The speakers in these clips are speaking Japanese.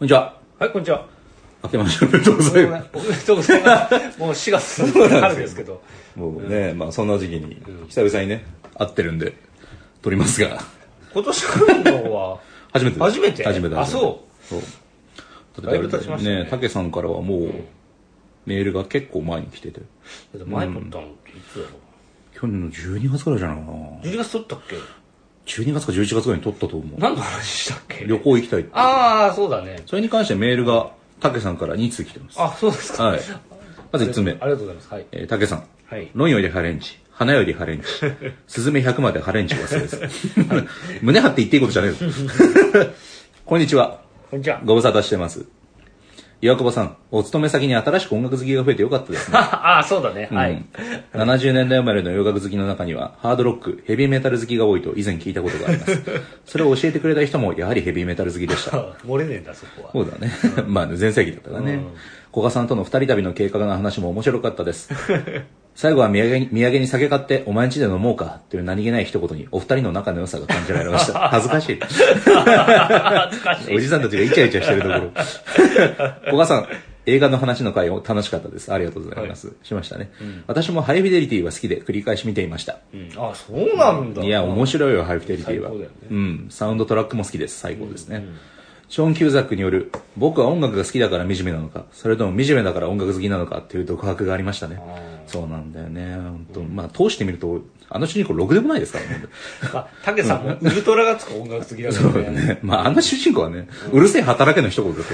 こんにちは。 はい、こんにちは。 明けましておめでとうございます。 おめでとうございます。もう4月春ですけど。 もうね、まあそんな時期に、久々にね、会ってるんで、撮りますが。 今年来るのは初めてです。 初めて。あ、そう。 そう。 だいぶ経ちましたね。 たけさんからはもう、メールが結構前に来てて。 前撮ったのっていつだろう。 去年の12月くらいじゃないかな。 12月撮ったっけ ?12 月か11月くらいに撮ったと思う。 何の話したっけ？ 旅行行きたいって。 ああ、そうだね。 それに関してメールが、たけさんから2通来てます。 あ、そうですか。 はい。まず1つ目。 ありがとうございます。はい。 たけさん。 はい。 論よりハレンチ。花よりハレンチ。スズメ100までハレンチ忘れです。胸張って言っていいことじゃねえよ。こんにちは。 こんにちは。 ご無沙汰してます。岩久保さん、お勤め先に新しく音楽好きが増えてよかったですね。 ああ、そうだね。はい。 70年代生まれの洋楽好きの中には、ハードロック、ヘビーメタル好きが多いと以前聞いたことがあります。それを教えてくれた人も、やはりヘビーメタル好きでした。 漏れねえんだ、そこは。 そうだね。まあ、全盛期だったからね。古賀さんとの二人旅の計画の話も面白かったです。最後は土産に酒買ってお前ん家で飲もうかという何気ない一言にお二人の仲の良さが感じられました。恥ずかしい。 恥ずかしい。 おじさんたちがイチャイチャしてるところ。古賀さん、映画の話の回を楽しかったです。ありがとうございます。はい、しましたね、私もハイフィデリティは好きで繰り返し見ていました。 あ、そうなんだ。 いや、面白いよ、ハイフィデリティは。ね、サウンドトラックも好きです。最高ですね。ショーン・キューザックによる僕は音楽が好きだから惨めなのか、それとも惨めだから音楽好きなのかっていう独白がありましたね。そうなんだよね。本当、まあ通してみるとあの主人公ろくでもないですからね。 まあたけさんもウルトラがつく音楽好きだからね。 そうね。まああの主人公はね、うるせえ働けの一言だと。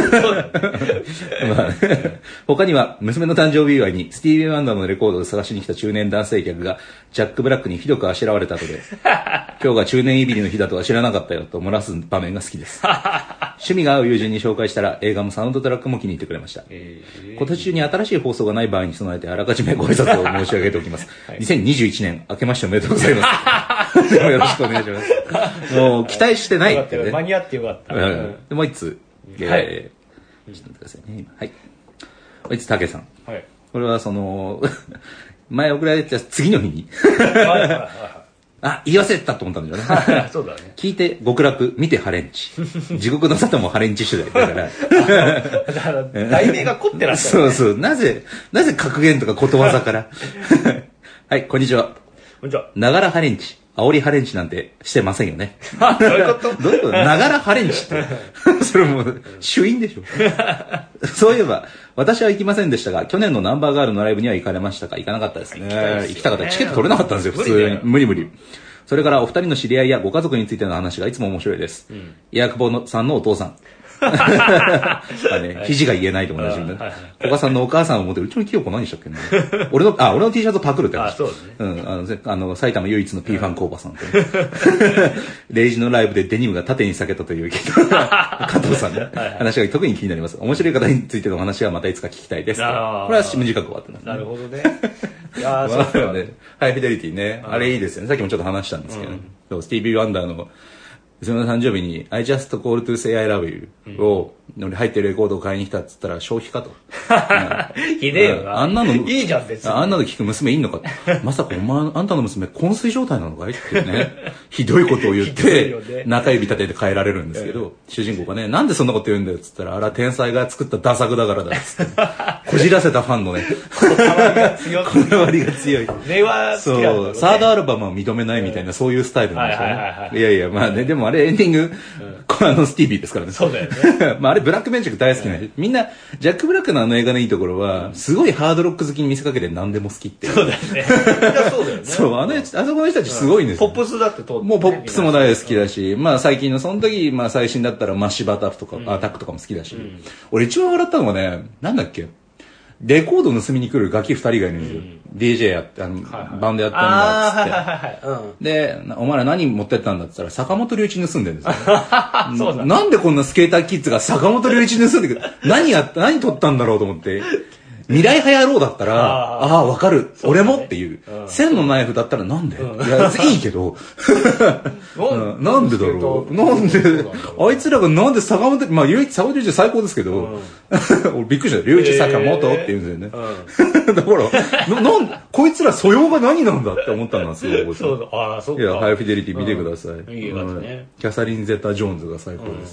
まあね、他には娘の誕生日祝いにスティービー・ワンダーのレコードを探しに来た中年男性客がジャック・ブラックにひどくあしらわれた後で、今日が中年いびりの日だとは知らなかったよと漏らす場面が好きです。趣味が合う友人に紹介したら映画もサウンドトラックも気に入ってくれました。今年中に新しい放送がない場合に備えてあらかじめご挨拶を申し上げておきます。はい、2021年明けましておめでとうございます。でもよろしくお願いします。もう期待してないってね。 間に合ってよかった。 でもう一つ、ちょっと待ってくださいね。はい。もう一つ、たけさん。はい。これは前送られてた次の日に。あ、言い忘れてたと思ったんだよね。 そうだね。 聞いて極楽、見てハレンチ。地獄の沙汰もハレンチ次第。だから。 題名が凝ってらっしゃる、 ね。そうそう。なぜ格言とかことわざから。はい、こんにちは。 こんにちは。 ながらハレンチ。煽りハレンチなんてしてませんよね。 どういうことどういうことながらハレンチって。それもう、主因でしょ。そういえば、私は行きませんでしたが、去年のナンバーガールのライブには行かれましたか？行かなかったですね。行きたかった。チケット取れなかったんですよ、普通に。無理。それからお二人の知り合いやご家族についての話がいつも面白いです。岩久保さんのお父さん。肘が言えないと同じみたいな。古賀さんのお母さんを持ってる、うちの清子何したっけな。俺の T シャツパクるって話。 そうですね。埼玉唯一の P ファン工場さんと。レイジのライブでデニムが縦に裂けたという加藤さんね。話が特に気になります。面白い方についての話はまたいつか聞きたいです。これは短く終わってます。 なるほどね。 いやそうね。ハイフィデリティね。あれいいですよね。さっきもちょっと話したんですけど、スティービー・ワンダーの娘の誕生日に I just call to say I love you を入ってるレコードを買いに来たっつったら消費かと。 ひでえよな。 あんなの、 いいじゃん別に。 あんなの聞く娘いんのか。まさかあんたの娘昏睡状態なのかいってね。ひどいことを言って、中指立てて変えられるんですけど、主人公がね、なんでそんなこと言うんだよっつったら、あら天才が作ったダ作だからだっつって。こじらせたファンのね。こだわりが強い。 根は好きだそう、サードアルバムは認めないみたいな、そういうスタイルなんですよね。いやいや、まあね、でもあれエンディング、スティービーですからね。 そうだよね。 まああれブラックメンチック大好きな人。みんな、ジャック・ブラックのあの映画のいいところは、すごいハードロック好きに見せかけて何でも好きっていう。 そうだよね。そうだよね。 そう、あそこの人たちすごいんですよ。 ポップスだってもうポップスも大好きだし、まあ最近の、その時、まあ最新だったらマッシブアタックとか、アタックとかも好きだし。俺一番笑ったのがね、なんだっけレコード盗みに来るガキ二人がいるんですよ。DJ やって、バンドやってんだっつって。で、お前ら何持ってったんだって言ったら、坂本龍一盗んでるんですよ。なんでこんなスケーターキッズが坂本龍一盗んでくる何取ったんだろうと思って。未来派野郎だったら、ああ、わかる。俺もっていう。千のナイフだったらなんでいや、いいけど。なんでだろう。なんで、あいつらがなんで坂本、まあ、坂本龍一最高ですけど、俺びっくりした。龍一坂本って言うんですよね。だから、こいつら素養が何なんだって思ったのはすごい。 そう、ああ、そうか。 いや、ハイフィデリティ見てください。 いい映画ですね。 キャサリン・ゼッタ・ジョーンズが最高です。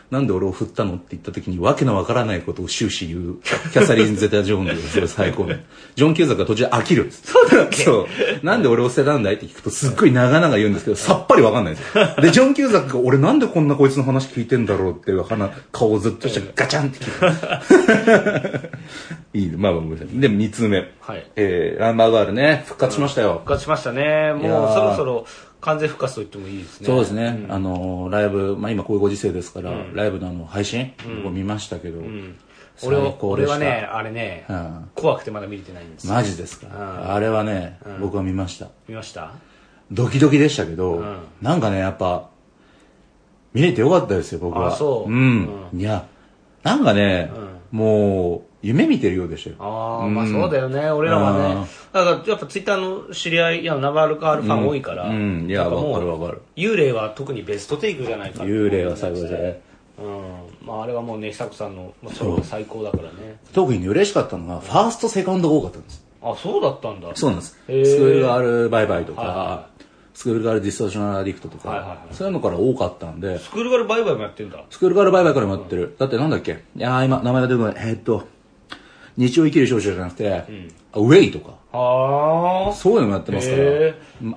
なんで俺を振ったのって言った時にわけのわからないことを終始言うキャサリン・ゼタ・ジョーンズがそれ最高でジョン・キューザックが途中で飽きる。 そうだっけ？ そう。なんで俺を捨てたんだいって聞くとすっごい長々言うんですけどさっぱりわかんないんですよ。でジョン・キューザックが俺なんでこんなこいつの話聞いてんだろうっていう顔をずっとしてガチャンって聞く。いいね。まあまあごめんなさい。でも2通目。 はい。 ランバーガールね復活しましたよ。 復活しましたね。もうそろそろ完全復活と言ってもいいですね。 そうですね。ライブ、まあ今こういうご時世ですから、ライブの配信を見ましたけど、 俺はね、あれね、怖くてまだ見れてないんですよ。 マジですか。あれはね、僕は見ました。 見ました？ ドキドキでしたけど、なんかね、やっぱ、見れてよかったですよ、僕は。 あ、そう。 いや、なんかね、もう、夢見てるようでしたよ。 まあそうだよね、俺らはね。だからやっぱツイッターの知り合い、ナバールカールファン多いから。 いや、わかるわかる。 幽霊は特にベストテイクじゃないか。 幽霊は最高ですね。 まああれはもうね、久子さんのソロが最高だからね。 特に嬉しかったのが、ファースト、セカンドが多かったんです。 あ、そうだったんだ。 そうなんです。スクールガールバイバイとか、スクールガールディストーショナルアディクトとか、そういうのから多かったんで。 スクールガールバイバイもやってんだ。 スクールガールバイバイからもやってる。だってなんだっけ？いや今、名前が出てこない。日曜生きる少女じゃなくて、ウェイとか。そういうのもやってますから。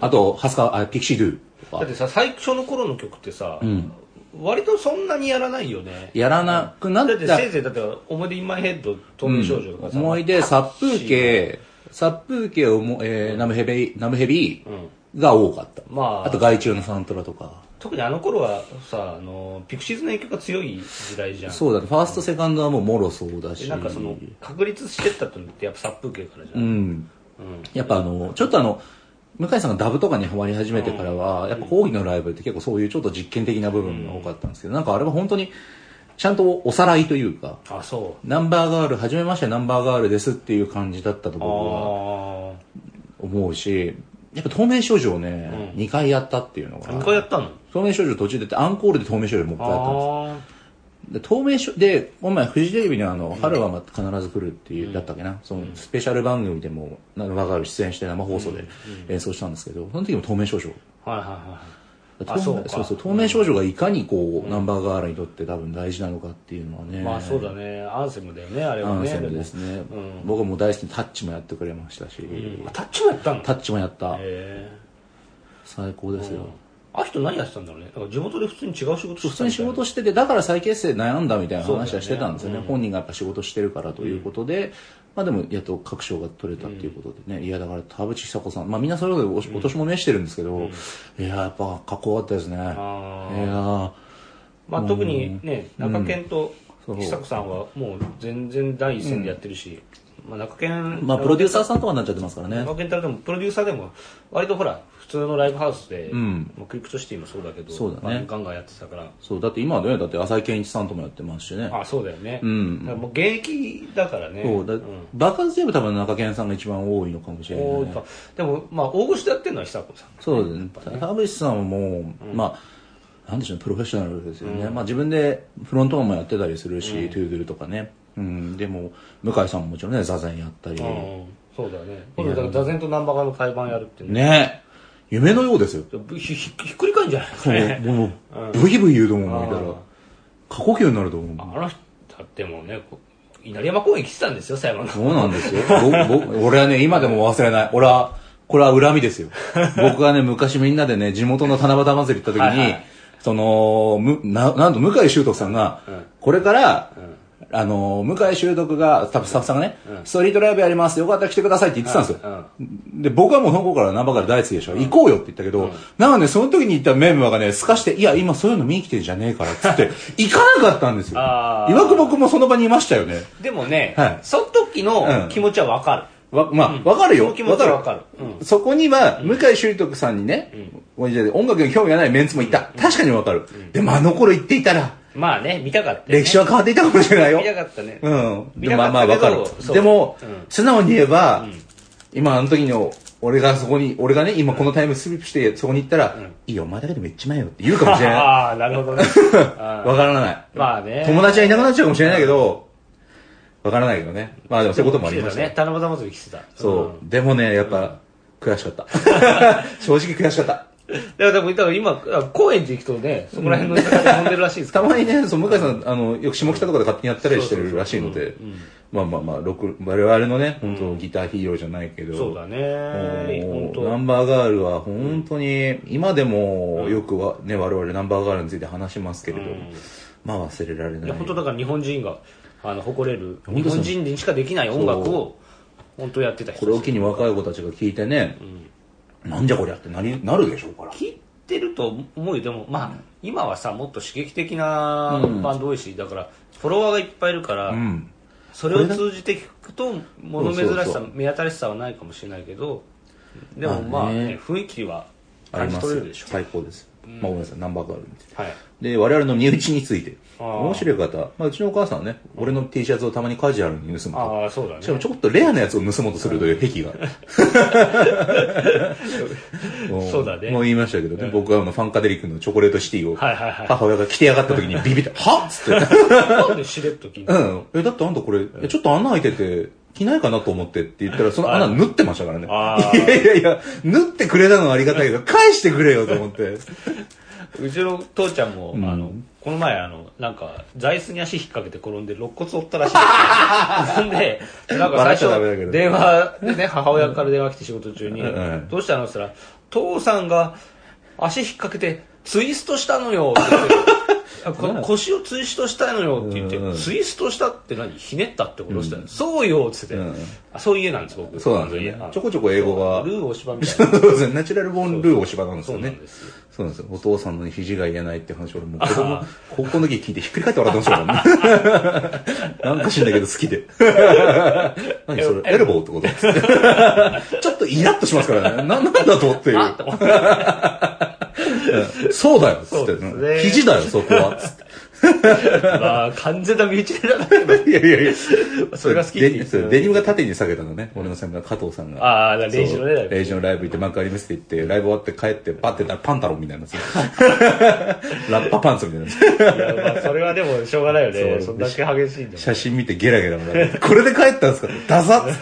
あと、ピクシードゥとか。 だってさ、最初の頃の曲ってさ、割とそんなにやらないよね。 やらなくなった。 だってせいぜい、だって思い出インマイヘッド、透明少女とかさ。 思い出、殺風景をナムヘビーが多かった。あと、害虫のサントラとか。 特にあの頃はさ、ピクシーズの影響が強い時代じゃん。 そうだね。ファースト、セカンドはもうもろそうだし。 なんか確立してったってのってやっぱ殺風景からじゃん。 やっぱちょっと向井さんがダブとかにハマり始めてからは、やっぱ講義のライブって結構そういうちょっと実験的な部分が多かったんですけど、なんかあれは本当にちゃんとおさらいというか、ナンバーガール、初めましてナンバーガールですっていう感じだったと僕は思うし、やっぱ透明少女をね、2回やったっていうのが。 2回やったの？ 透明少女途中でアンコールで透明少女もう一回やったんですよ。で透明少でこの前フジテレビの春は必ず来るっていうだったっけな、そのスペシャル番組でもナンバーガール出演して生放送で演奏したんですけど、その時も透明少女。そう透明少女がいかにナンバーガールにとって多分大事なのかっていうのはね。 まあそうだね、アンセムだよね、あれはね。 アンセムですね。僕はもう大好きにタッチもやってくれましたし。 タッチもやったの？ タッチもやった。最高ですよ。 あの人何やってたんだろうね。地元で普通に違う仕事してた。 普通に仕事してて、だから再結成悩んだみたいな話はしてたんですよね。本人がやっぱ仕事してるからということで、まあでもやっと各賞が取れたっていうことでね。いやだから田淵久子さん、まあみんなそれぞれお年も召してるんですけど、いややっぱかっこよかったですね。いやまあ特にね、中堅と久子さんはもう全然第一線でやってるし、まあ中堅、 まあプロデューサーさんとかになっちゃってますからね。 中堅でもプロデューサーでも割とほら普通のライブハウスで、クリプトシティもそうだけど、 そうだね、 ガンガンやってたから。 そうだって今はね、だって浅井健一さんともやってますしね。 あ、そうだよね。だからもう現役だからね。 そうだ、爆発で言えば多分中堅さんが一番多いのかもしれない、ね。 でもまあ大御所でやってるのは久子さん。 そうですね。田淵さんはもう、まあなんでしょうね、プロフェッショナルですよね。まあ自分でフロントマンもやってたりするし、トゥードゥルとかね。でも向井さんももちろんね、座禅やったり。 そうだね。今度だから座禅とナンバーガーの対バンやるってね。夢のようですよ。 ひっくり返んじゃないもうブヒブヒ言うと思う。見たら過呼吸になると思う。 あの人だってもうね、稲荷山公園来てたんですよ、最後の。 そうなんですよ。俺はね、今でも忘れない。これは恨みですよ。僕がね、昔みんなでね、地元の七夕祭り行った時に、なんと向井秀徳さんが、これから、向井秀徳が、スタッフさんがね、ストリートライブやります、よかったら来てくださいって言ってたんですよ。で、僕はもうその子からナンバーガール大好きでしょ。行こうよって言ったけど、なんかね、その時に行ったメンバーがね、すかして、いや、今そういうの見に来てんじゃねえからっつって、行かなかったんですよ。岩久僕もその場にいましたよね。 でもね、その時の気持ちはわかる。 まあ、わかるよ。 気持ちはわかる。 そこには、向井秀徳さんにね、音楽に興味がないメンツもいた。確かにわかる。でもあの頃言っていたら、 まあね、見たかった。 歴史は変わっていたかもしれないよ。 見たかったね。 でもまあわかる。でも、素直に言えば、今あの時の、俺がね、今このタイムスリップしてそこに行ったら、いいよ、お前だけでめっちゃ前よって言うかもしれない。 ああ、なるほどね。 わからない。 まあね。 友達はいなくなっちゃうかもしれないけど、わからないけどね。まあでもそういうこともありましたね。 七夕祭り来てた。 そう。でもね、やっぱ、悔しかった。正直悔しかった。 だから今、高円寺行くとね、そこら辺の居酒屋で飲んでるらしいですたまにね、そう、向井さん、よく下北とかで勝手にやったりしてるらしいので、まあ、我々のね、本当ギターヒーローじゃないけど、 そうだね。 本当ナンバーガールは本当に、今でもよくはね、我々ナンバーガールについて話しますけれど、まあ忘れられない。 本当だから日本人が、誇れる、日本人にしかできない音楽を、本当やってた人。 これを機に若い子たちが聞いてね、なんじゃこりゃってなるでしょうから。 聞いてると思うよ。でもまあ、今はさ、もっと刺激的なバンド多いし、だからフォロワーがいっぱいいるから、それを通じて聞くと物珍しさ、目新しさはないかもしれないけど、でもまあね、雰囲気は感じ取れるでしょ。 最高です。まあごめんなさい、ナンバーガールについて。 はい。 で、我々の身内について。面白い方、まあうちのお母さんはね、俺の T シャツをたまにカジュアルに盗むと。 ああ、そうだね。 しかもちょっとレアなやつを盗もうとするという癖が。 そうだね。 もう言いましたけどね、僕はファンカデリックのチョコレートシティを、母親が着てやがった時にビビって、はっつって。 なんでしれっと着んの？ だってあんたこれ、ちょっと穴開いてて、着ないかなと思ってって言ったら、その穴縫ってましたからね。いや、縫ってくれたのはありがたいけど、返してくれよと思って。 うちの父ちゃんも、この前なんか座椅子に足引っ掛けて転んで肋骨折ったらしいですんで、なんか最初電話でね、母親から電話来て仕事中に、どうしたのって言ったら、父さんが足引っ掛けてツイストしたのよって言って腰をツイストしたのよって言って、ツイストしたって何？ひねったってことしたよ。そうよって言って、そういう家なんです僕。 そうなんですよね。ちょこちょこ英語が。 ルー大柴みたいな。 そうですね。ナチュラルボーンルー大柴なんですよね。 そうなんですよ。 そうなんですよ。お父さんの肘が言えないって話を俺も高校の時聞いてひっくり返って笑ってましたからね。なんか知んだけど好きで。何それエルボーってことちょっとイラッとしますからね。なんだとっていう。そうだよっつって。肘だよそこはっつって。 まあ完全な身内だけど。 いや。 それが好きって言って。 デニムが縦に下げたのね。俺の先輩加藤さんが。 ああ、レイジのね。 レイジのライブ行って幕張メッセ行って、ライブ終わって帰ってパッてたらパンタロンみたいな。ラッパパンツみたいな。 いや、まあそれはでもしょうがないよね。そんだけ激しいんだ。 写真見てゲラゲラもらって。これで帰ったんですかダサっつって。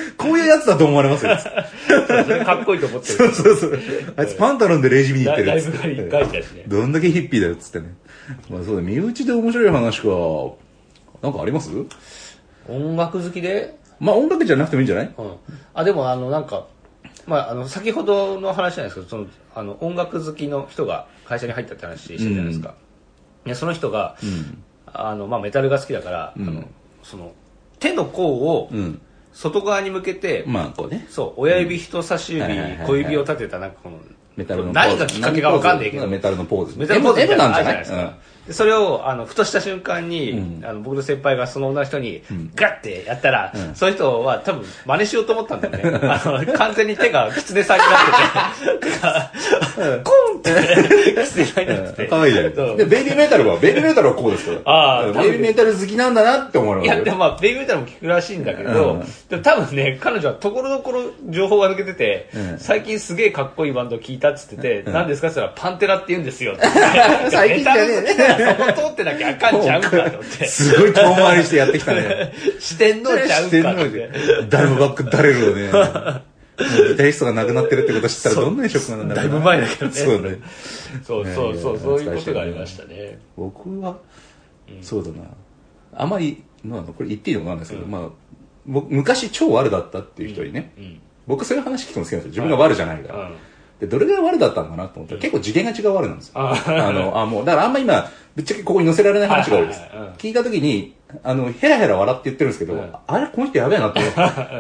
こういうやつだと思われますよ。 それかっこいいと思ってる。 そう。あいつパンタロンでレイジ見に行ってるっつって。 ライブが一回だしね。 どんだけヒッピーだよっつってね。まあそうだ、身内で面白い話か。なんかあります？ 音楽好きで？ まあ音楽じゃなくてもいいんじゃない？ でもなんか、まあ先ほどの話じゃないですけど、音楽好きの人が会社に入ったって話してたじゃないですか。その人が、まあメタルが好きだから、その手の甲を外側に向けて、 まあこうね。 そう、親指、人差し指、小指を立てたなんかこの、 メタルのポーズ。 何がきっかけか分かんないけど。 メタルのポーズ。 メタルのポーズ M なんじゃないですか。それを、ふとした瞬間に、僕の先輩がその女の人に、ガッてやったら、その人は多分真似しようと思ったんだよね。完全に手が狐さんになってて、コンって狐さんになってて。 かわいいじゃないで、ベイビーメタルはこうですから。ベイビーメタル好きなんだなって思われます。 いや、でもまあ、ベイビーメタルも聞くらしいんだけど、でも多分ね、彼女はところどころ情報が抜けてて、最近すげえかっこいいバンド聞いたっつってて、何ですかって言ったら、パンテラって言うんですよって。 最近じゃねえそこ通ってなきゃあかんちゃうんかと思って。 すごい遠回りしてやってきたね。 四天王ちゃうんかって。 誰もバック誰るよね。ギタリストが亡くなってるってこと知ったらどんなにショックなんだろう。 だいぶ前だけどね。 そうね。 そういうことがありましたね。 僕は、そうだな。あまり、これ言っていいのかなんですけど、まあ、昔超悪だったっていう人にね、僕そういう話聞くの好きなんですよ。自分が悪じゃないから。で、どれぐらい悪だったのかなと思ったら、結構次元が違う悪なんですよ。もう、だからあんま今、ぶっちゃけここに載せられない話が多いです。聞いたときに、ヘラヘラ笑って言ってるんですけど、あれこの人やべえなって思って。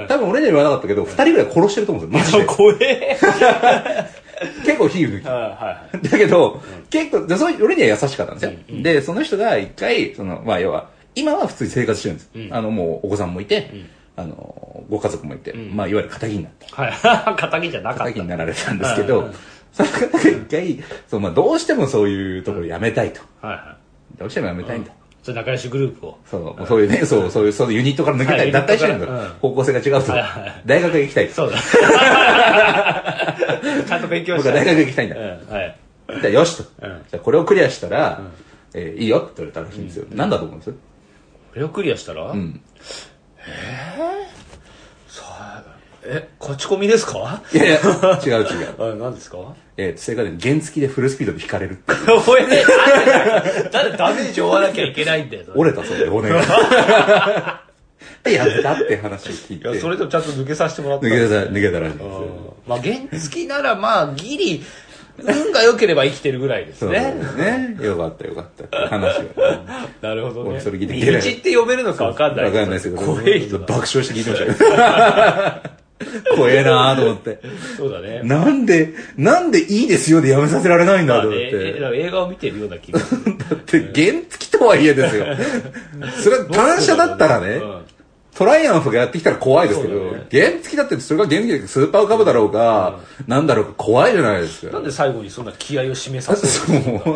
多分俺には言わなかったけど、2人ぐらい殺してると思うんですよ。マジで。 怖え。 結構火吹き。だけど、結構、俺には優しかったんですよ。で、その人が一回、まあ要は、今は普通に生活してるんです。もうお子さんもいて、ご家族もいて、まあいわゆる仇になった。 はい。仇じゃなかった。 仇になられたんですけど、その方が一回、まあどうしてもそういうところやめたいと。どうしてもやめたいんだ。 そう仲良しグループを。 そういうね、そういうユニットから抜けたい。脱退してるんだ。方向性が違うと。大学へ行きたい。 そうだ。ちゃんと勉強して。 僕は大学へ行きたいんだ。じゃあよしと。じゃあこれをクリアしたら、いいよって言われたらしいんですよ。なんだと思うんです？ これをクリアしたら？ 勝ち込みですか？ いやいや、違う。 何ですか？ 正確に原付でフルスピードで引かれるっていう。 おいね、なんでダメージ負わなきゃいけないんだよ。 折れたそうで、骨が。やったって話を聞いて。 いや、それとちゃんと抜けさせてもらった。 抜けたらしいですよ。 まあ、原付ならまあ、ギリ、運が良ければ生きてるぐらいですね。 そうですね。よかったって話が。 なるほどね。 俺それ聞いて道って読めるのか分かんない。 分かんないですけど。 怖い人爆笑して聞いてましたよ。怖えなーと思って。 そうだね。 なんでいいですよでやめさせられないんだと思って。 映画を見てるような気がする。 だって原付とはいえですよ。それは単車だったらね、トライアンフがやってきたら怖いですけど、原付だってそれが原付でスーパーカブだろうが、なんだろうか怖いじゃないですか。 なんで最後にそんな気合を示させるのか。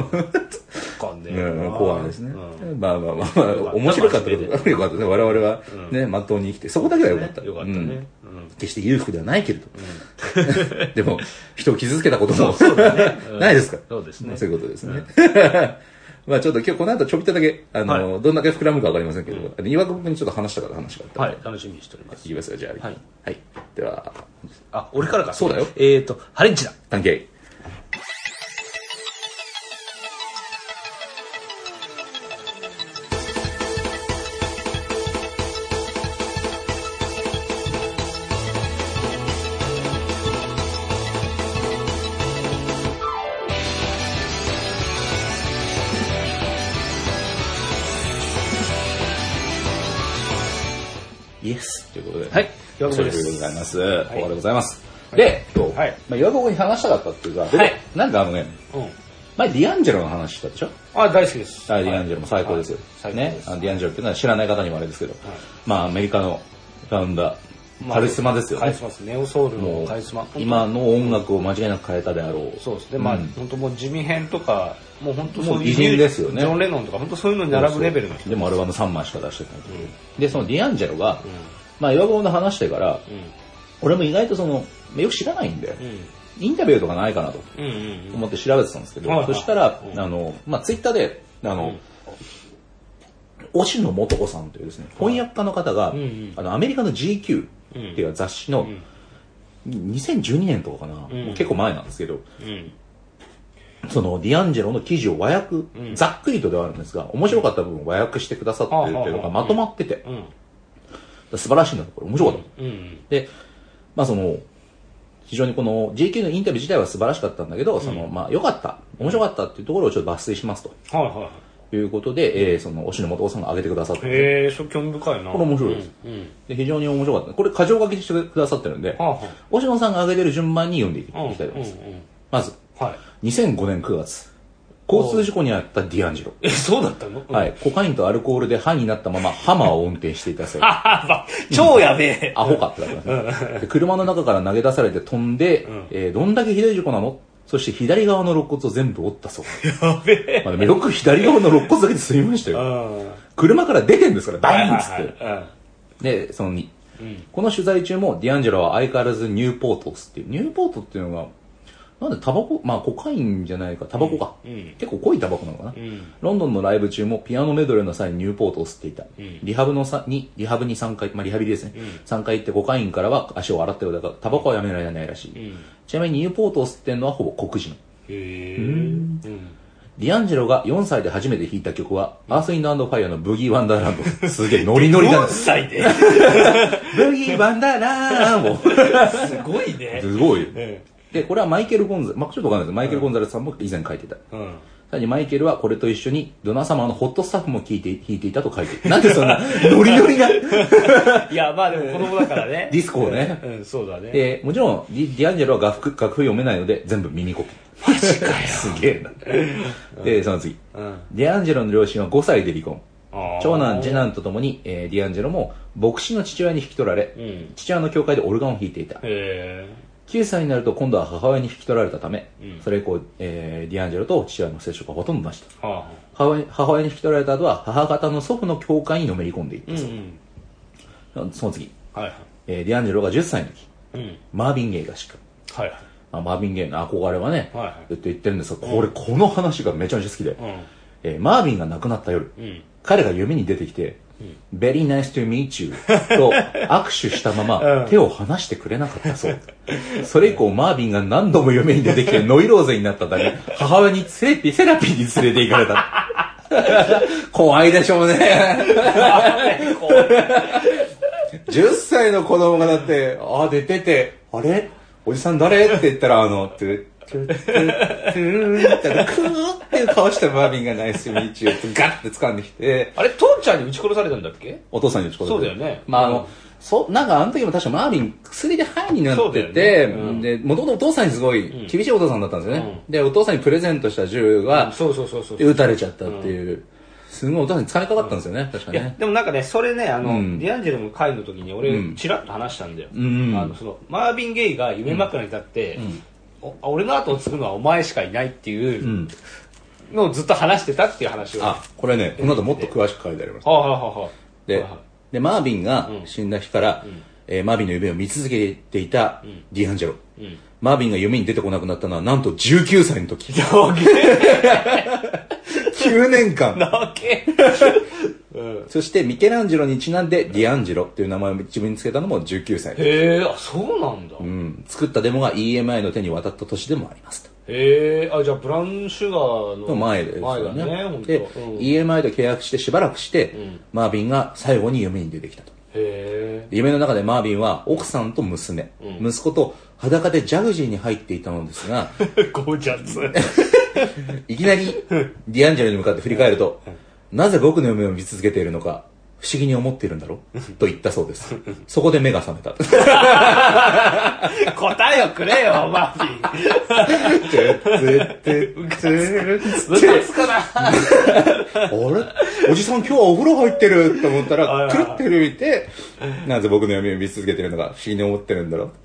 怖いですね。まあ、面白かったことがよかったね。我々はね、まっとうに生きて、そこだけはよかった。 よかったね。 決して裕福ではないけれど。でも、人を傷つけたこともないですから。 そうですね。 そういうことですね。まあちょっと今日この後ちょびっとだけ、どんだけ膨らむかわかりませんけど、岩久君にちょっと話したから話があった。 はい、楽しみにしております。 いきますよ、じゃあ。はい。では。 俺からか。 そうだよ。 ハレンチだ。 関係。イエスということで。 はい。 岩久保です。ございます。おはようございます。で、今日、岩久保に話したかったっていうか、なんか前ディアンジェロの話したでしょ？ 大好きです。 ディアンジェロも最高ですよ。ね。ディアンジェロっていうのは知らない方にもあれですけど、まあアメリカのファウンダー、カリスマですよね。 カリスマです。ネオソウルのカリスマ。 今の音楽を間違いなく変えたであろう。 そうですね。まあ本当もう地味編とか、もう本当そういう。 偉人ですよね。 ジョン・レノンとか本当そういうのに並ぶレベルの人。 でもアルバム3枚しか出してない。で、そのディアンジェロが、まあ岩久保の話してから、俺も意外とよく知らないんで、インタビューとかないかなと思って調べてたんですけど、そしたら、まあツイッターで、押野素子さんというですね、翻訳家の方が、アメリカの GQ っていう雑誌の、2012年とかかな、もう結構前なんですけど、そのディアンジェロの記事を和訳、ざっくりとではあるんですが、面白かった部分を和訳してくださってるっていうのがまとまってて、素晴らしいんだと、これ面白かった。で、まあ非常にこの GQ のインタビュー自体は素晴らしかったんだけど、まあ良かった、面白かったっていうところをちょっと抜粋しますと。いうことで、押野素子さんが挙げてくださって。 へえ、興味深いな。 これ面白いです。で非常に面白かった。これ箇条書きにしてくださってるんで、押野さんが挙げてる順番に読んでいきたいと思います。まず、2005年9月、交通事故に遭ったディアンジェロ。 そうだったの？ はい。コカインとアルコールでハイになったままハマーを運転していたせい。 超やべえ。 アホかってなりますね。車の中から投げ出されて飛んで、どんだけひどい事故なの？そして左側の肋骨を全部折ったそう。 やべえ。 まあ、よく左側の肋骨だけで済みましたよ。車から出てんですから、バーンっつって。で、その2。この取材中もディアンジェロは相変わらずニューポートを吸っている。ニューポートっていうのが、なんでタバコ、まあコカインじゃないか、タバコか。結構濃いタバコなのかな。ロンドンのライブ中もピアノメドレーの際にニューポートを吸っていた。リハブに3回、まあリハビリですね。3回行ってコカインからは足を洗ってるだから、タバコはやめられないらしい。ちなみにニューポートを吸ってるのはほぼ黒人。ディアンジェロが4歳で初めて弾いた曲は、アース・インド・ファイアのブギー・ワンダーランド。すげえノリノリだね。 4歳でブギー・ワンダーランド。 すごいね。 すごい。で、これはマイケル・ゴンザレス、まあちょっとわかんないです。マイケル・ゴンザレスさんも以前書いてた。さらにマイケルはこれと一緒にドナサマーのホットスタッフも弾いていたと書いてる。なんでそんなノリノリな。 いや、まあでも子供だからね。 ディスコをね。 そうだね。 で、もちろんディアンジェロは楽譜読めないので全部耳コピー。 マジかよ。 すげえな。で、その次。ディアンジェロの両親は5歳で離婚。長男、次男とともに、ディアンジェロも牧師の父親に引き取られ、父親の教会でオルガンを弾いていた。9歳になると今度は母親に引き取られたため、それ以降、ディアンジェロと父親の接触はほとんどなしと。母親に引き取られた後は母方の祖父の教会にのめり込んでいったそう。その次、ディアンジェロが10歳の時、マービン・ゲイが死去。マービン・ゲイの憧れはね、ずっと言ってるんですが、この話がめちゃめちゃ好きで、マービンが亡くなった夜、彼が夢に出てきて、 Very nice to meet you と握手したまま手を離してくれなかったそう。それ以降マービンが何度も夢に出てきてノイローゼになったため、母親にセラピーに連れて行かれた。怖いでしょうね。10歳の子供がだって、出てて、あれおじさん誰って言ったら、クーっていう顔したマービンがナイスミーチューってガッて掴んできて。 あれ、父ちゃんに撃ち殺されたんだっけ？ お父さんに撃ち殺された。 そうだよね。 なんかあの時も確かマービン薬でハイになってて、で、もともとお父さんにすごい厳しいお父さんだったんですよね。で、お父さんにプレゼントした銃が、撃たれちゃったっていう。すごいお父さんに疲れかかったんですよね、確かね。 でもなんかね、それね、ディアンジェロの会の時に俺、チラッと話したんだよ。マービン・ゲイが夢枕に立って、俺の後を継ぐのはお前しかいないっていうのをずっと話してたっていう話を。 これね、この後もっと詳しく書いてあります。で、マービンが死んだ日から、マービンの夢を見続けていたディアンジェロ。マービンが夢に出てこなくなったのはなんと19歳の時。9年間。そしてミケランジェロにちなんでディアンジェロっていう名前を自分につけたのも19歳。 へえ、そうなんだ。 作ったデモが EMI の手に渡った年でもありますと。 へえ、じゃあブラウンシュガーの前ですよね。で、 EMI と契約してしばらくして、マービンが最後に夢に出てきたと。夢の中でマービンは奥さんと娘、息子と裸でジャグジーに入っていたのですが、 ゴージャス。 いきなりディアンジェロに向かって振り返ると、なぜ僕の夢を見続けているのか不思議に思っているんだろうと言ったそうです。そこで目が覚めた。 答えをくれよ、マービン。 うかつかな。あれおじさん今日はお風呂入ってると思ったら、くるってる見て、なぜ僕の夢を見続けているのか不思議に思ってるんだろう。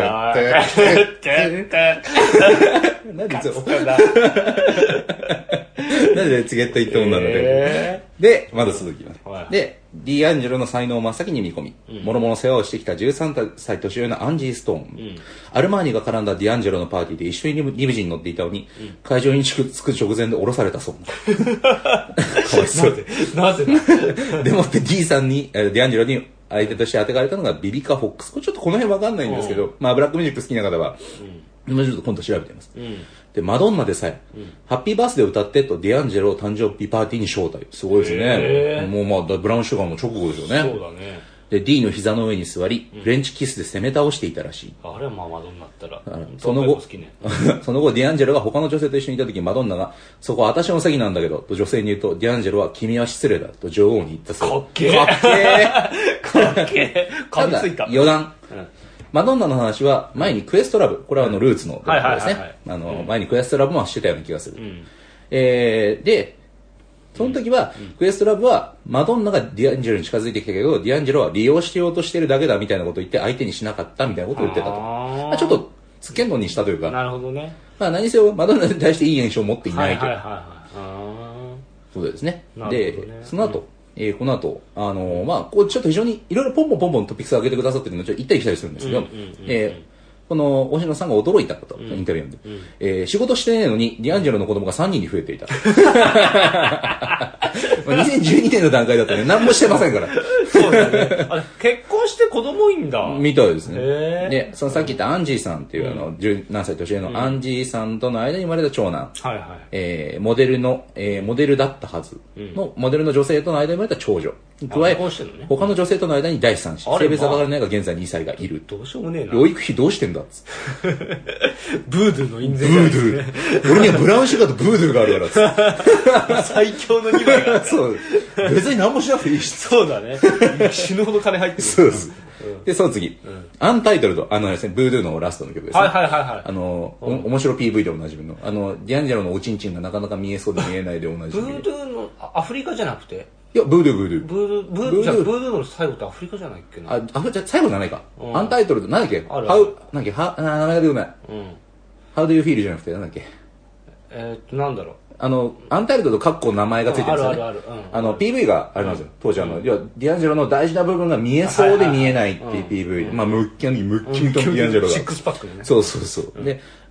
なんで告げと言ったもんなので。で、まだ続きます。で、ディアンジェロの才能を真っ先に見込み、諸々世話をしてきた13歳年上のアンジー・ストーン。アルマーニが絡んだディアンジェロのパーティーで一緒にリムジンに乗っていたのに、会場に着く直前で降ろされたそう。かわいそう。 なぜでもって D さんに、ディアンジェロに相手として当てがわれたのがビビカ・フォックス。これちょっとこの辺わかんないんですけど、ブラックミュージック好きな方は、今ちょっと今度調べてみます。で、マドンナでさえ、ハッピーバースデー歌ってとディアンジェロを誕生日パーティーに招待。すごいですね。もうブラウンシュガーの直後ですよね。 そうだね。 で、D の膝の上に座り、フレンチキスで攻め倒していたらしい。 あれはマドンナだったら。 その後、ディアンジェロが他の女性と一緒にいた時、マドンナが、そこは私の席なんだけど、と女性に言うと、ディアンジェロは君は失礼だ、と女王に言ったそう。 かっけー。かっけー。噛みついた。 余談。マドンナの話は前にクエストラブ、これはルーツのですね。前にクエストラブもしてたような気がする。で、その時は、クエストラブはマドンナがディアンジェロに近づいてきたけど、ディアンジェロは利用しようとしてるだけだみたいなことを言って相手にしなかったみたいなことを言ってたと。ちょっとつけんのにしたというか。 なるほどね。 何せよマドンナに対していい印象を持っていないという。そうですね。で、その後、この後、こうちょっと非常にいろいろポンポントピックスを上げてくださってるので、ちょっと行ったり来たりするんですけど、この星野さんが驚いたこと、インタビューで、仕事してないのにディアンジェロの子供が3人に増えていた。2012年の段階だったらね、何もしてませんから。 そうだね。結婚して子供いいんだ。 みたいですね。で、そのさっき言ったアンジーさんっていう十何歳年上のアンジーさんとの間に生まれた長男。モデルだったはずの、モデルの女性との間に生まれた長女。加え、他の女性との間に第三子。性別が分からないが現在2歳がいる。 どうしようもねえな。 養育費どうしてんだっつって。ブードゥーの印税。 ブードゥー。俺にはブラウンシュガーとブードゥーがあるからっつって。 最強の2枚が。 そう。別に何もしなくていいし。 そうだね。死ぬほど金入ってる。 そうです。で、その次。アンタイトルド、ですね、ブードゥーのラストの曲ですね。面白 PV でおなじみの。ディアンジェロのおちんちんがなかなか見えそうで見えないでおなじみ。 ブードゥーの、アフリカじゃなくていや、ブードゥー。 ブードゥーの最後ってアフリカじゃないっけな。 じゃ最後じゃないか。アンタイトルド、なんだっけ名前が出てこない。How do you feel じゃなくて、なんだっけなんだろう。 アンタイトルドカッコ名前がついてるんですよね。PV がありますよ。当時ディアンジェロの大事な部分が見えそうで見えないっていう PV。ムッキンとディアンジェロが。 シックスパックでね。 そう。で、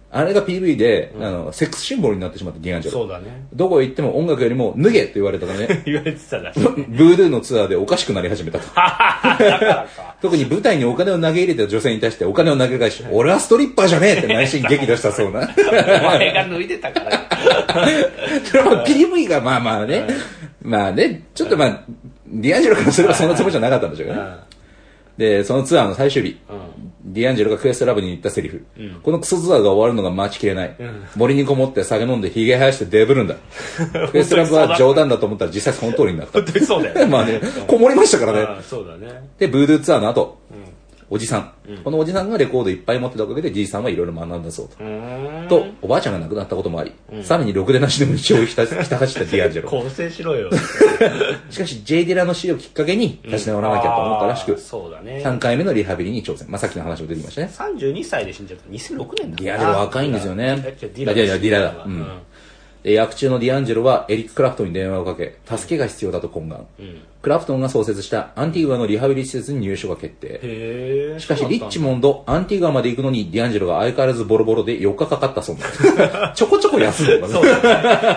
あれが PV で、セックスシンボルになってしまったディアンジェロ。 そうだね。 どこへ行っても音楽よりも脱げって言われたため、 言われてたらしい。 ブードゥーのツアーでおかしくなり始めたと。 だからか。 特に舞台にお金を投げ入れた女性に対してお金を投げ返し、俺はストリッパーじゃねえって内心激怒したそうな。 お前が脱いでたから。 でも PV がまあまあね、まあね、ちょっとまあ、ディアンジェロからすればそんなつもりじゃなかったんでしょうけどね。で、そのツアーの最終日、ディアンジェロがクエストラブに言ったセリフ、このクソツアーが終わるのが待ちきれない、森にこもって酒飲んでヒゲ生やしてデブるんだ。クエストラブは冗談だと思ったら実際その通りになった。 本当にそうだよね。 まあね、こもりましたからね。 そうだね。 で、ブードゥーツアーの後、おじさん、このおじさんがレコードいっぱい持ってたおかげでじいさんはいろいろ学んだそうと。おばあちゃんが亡くなったこともあり、さらにろくでなしでも一生ひた走ったディアンジェロ。 構成しろよ。 しかし J ディラの死をきっかけに立ち直らなきゃと思ったらしく、 そうだね。 3回目のリハビリに挑戦。まあさっきの話も出てきましたね。 32歳で死んじゃった2006年だ。 ディアンジェロ若いんですよね。 ディラだ。 で、役中のディアンジェロはエリック・クラプトンに電話をかけ、助けが必要だと懇願。クラプトンが創設したアンティグアのリハビリ施設に入所が決定。しかし、リッチモンド、アンティグアまで行くのにディアンジェロが相変わらずボロボロで4日かかったそうなんです。ちょこちょこ休むのかな。そうだね。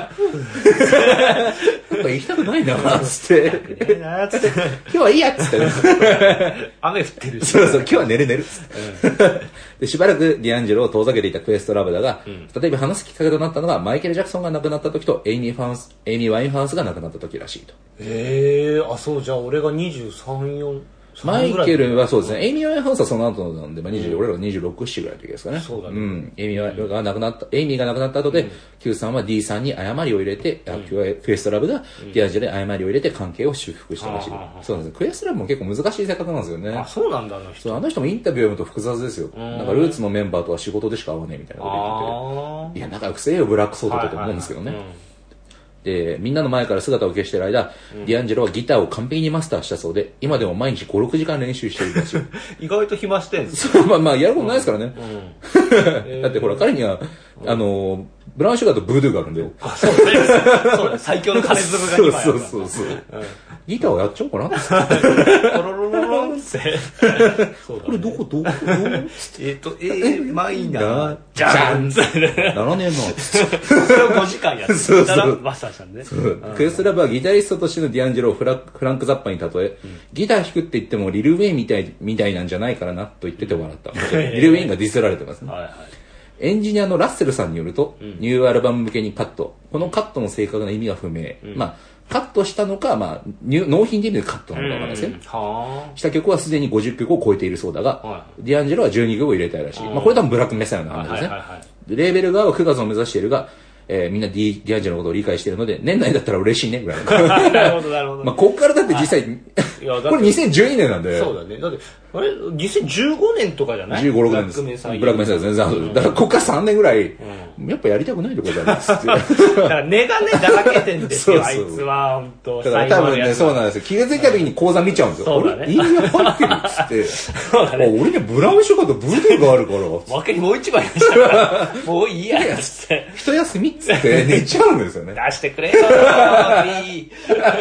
なんか行きたくないな、つって。今日はいいや、つって。 雨降ってるし。 そうそう、今日は寝る。で、しばらくディアンジェロを遠ざけていたクエストラブだが、再び話すきっかけとなったのが、マイケル・ジャクソンが亡くなった時と、エイミー・ワインハウスが亡くなった時らしいと。 そう、じゃあ俺が23、4、 マイケルはそうですね、エイミー・ワインハウスはその後なんで、まあ、俺らが26、7ぐらいの時ですかね。 そうだね。 エイミーが亡くなった後で、Q さんは D さんに誤りを入れて、クエストラブがディアンジェロに誤りを入れて関係を修復したらしい。そうなんです。クエストラブも結構難しい性格なんですよね。 あ、そうなんだ、 あの人もインタビューを読むと複雑ですよ。なんかルーツのメンバーとは仕事でしか会わねえみたいなこと言ってて。いや、仲良くせえよ、ブラックソードだと思うんですけどね。で、みんなの前から姿を消している間、ディアンジェロはギターを完璧にマスターしたそうで、今でも毎日5、6時間練習しているらしい。 意外と暇してんすそう、まあ、やることないですからね。だってほら、彼には、ブラウンシュガーとブードゥーがあるんで。 そうだ、最強の金粒が今やる。 そう。ギターをやっちゃおうかな。 ポロロロロンって。 これどこマイナー。 じゃんならねえな。 それを5時間やってたらマスターしたんで。 クエストラブはギタリストとしてのディアンジェロをフランク・ザッパに例え、ギター弾くって言ってもリル・ウェインみたいなんじゃないからなと言ってて笑った。リル・ウェインがディスられてますね。エンジニアのラッセルさんによると、ニューアルバム向けにカット。このカットの正確な意味は不明。まあ、カットしたのか、まあ、納品で意味でカットなのかわからないですね。した曲はすでに50曲を超えているそうだが、ディアンジェロは12曲を入れたいらしい。まあ、これ多分ブラックメッサイの話ですね。レーベル側は9月を目指しているが、みんなディアンジェロのことを理解しているので、年内だったら嬉しいね、ぐらいの。 なるほど。 まあ、こっからだって実際、これ2012年なんで。 そうだね。だって、あれ、2015年とかじゃない 15、6年です。ブラックメッサイ全然後で。だからこっから3年ぐらい、やっぱやりたくないところだね、つって。 だから根がね、だらけてんですよ、あいつは、ほんと。 だから多分ね、そうなんですよ。気がついた時に講座見ちゃうんですよ。 そうだね。 いいや、入ってるっつって。そうだね。俺ね、ブラウンシュガーとブードゥーがあるから。 負けにもう一枚出したから、もういいや、つって。 一休みっつって寝ちゃうんですよね。 出してくれよ、いい。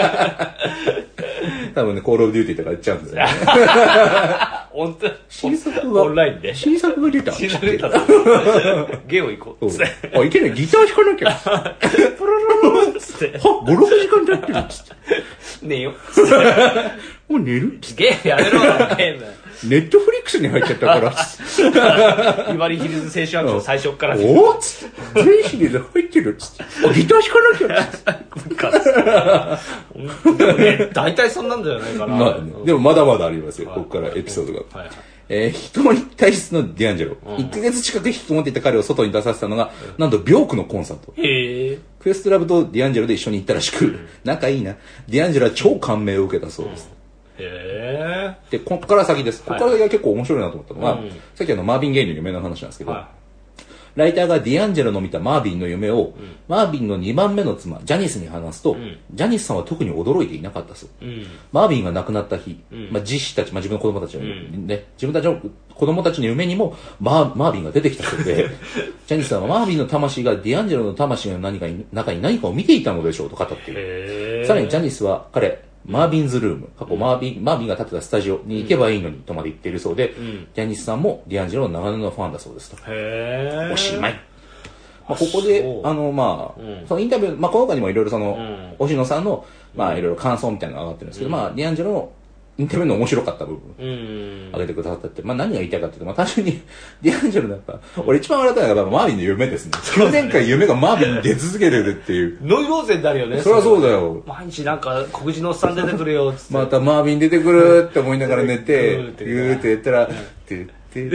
多分ね、コールオブデューティーとか言っちゃうんですよね。 本当新作が、 オンラインで。 新作が出た。 新作出た。ゲオ行こう。 あ、いけない、ギター弾かなきゃ。 プロロロロつって。 5、6時間経ってるっつって。 寝よ。 もう寝るゲームやめろよ、ゲーム。 ネットフリックスに入っちゃったから。 ビバリーヒルズ青春アクション最初から。 おっつって。全シリーズ入ってるっつって。あ、ギター弾かなきゃ。 でもね、大体そんなんじゃないかな。 まあ、でもまだまだありますよ、ここからエピソードが。人に体質のディアンジェロ。1ヶ月近く引きこもっていた彼を外に出させたのが、なんとビョークのコンサート。クエストラブとディアンジェロで一緒に行ったらしく、仲いいな。ディアンジェロは超感銘を受けたそうです。で、こっから先です。こっから先が結構面白いなと思ったのが、さっきマービン・ゲイの夢の話なんですけど、ライターがディアンジェロの見たマービンの夢を、マービンの2番目の妻、ジャニスに話すと、ジャニスさんは特に驚いていなかったそう。マービンが亡くなった日、自子たち、自分の子供たちの、ね、自分たちの子供たちの夢にもマービンが出てきたそうで、ジャニスさんはマービンの魂がディアンジェロの魂の中に何かを見ていたのでしょうと語っている。さらにジャニスは彼、 マービンズルーム、過去マービンが建てたスタジオに行けばいいのにとまで言っているそうで、ジャニスさんもディアンジェロの長年のファンだそうですと。おしまい。ここで、そのインタビュー、この他にもいろいろ星野さんの、いろいろ感想みたいなのが上がってるんですけど、ディアンジェロのインタビューの面白かった部分、上げてくださったって、何が言いたいかっていうと、単純に、ディアンジェロのやっぱ、俺一番笑ったのが、マービンの夢ですね。9年間夢がマービンに出続けてるっていう。 ノイローゼになるよね。 そりゃそうだよ。 毎日なんか、黒人のおっさん出てくるよ、つって。 またマービン出てくるって思いながら寝て、言って言ったら、聞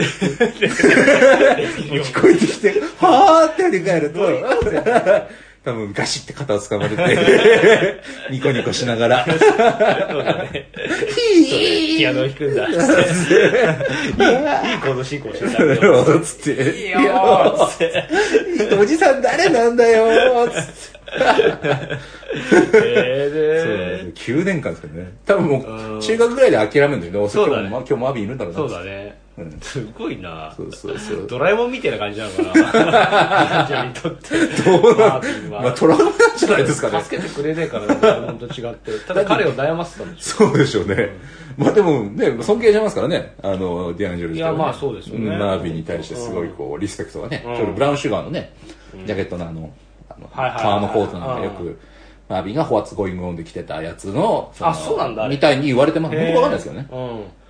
こえてきて、はーって振り返ると、多分ガシって肩を掴まれて、ニコニコしながら、ピアノを弾くんだ。いいコード進行してたよ。つって。いいよーつって。おじさん誰なんだよーつって。9年間ですけどね。多分もう、中学ぐらいで諦めるんだけど、今日マービンいるんだろうな。 そうだね。すごいな。 そう。 ドラえもんみたいな感じなのかな。ジャニーにとって。 どうなの？トラウマなんじゃないですかね。 助けてくれねえからね、ドラえもんと違って。ただ彼を悩ませたんでしょ。そうでしょうね。でもね、尊敬しますからね、ディアンジェル自体は。 いや、そうですよね。 マービンに対してすごいリスペクトがね、ちょうどブラウンシュガーのね、ジャケットの革のコートなんかよく、マービンがホワッツゴイングオンで着てたやつの、 そうなんだ。 みたいに言われてます。僕わかんないですけどね。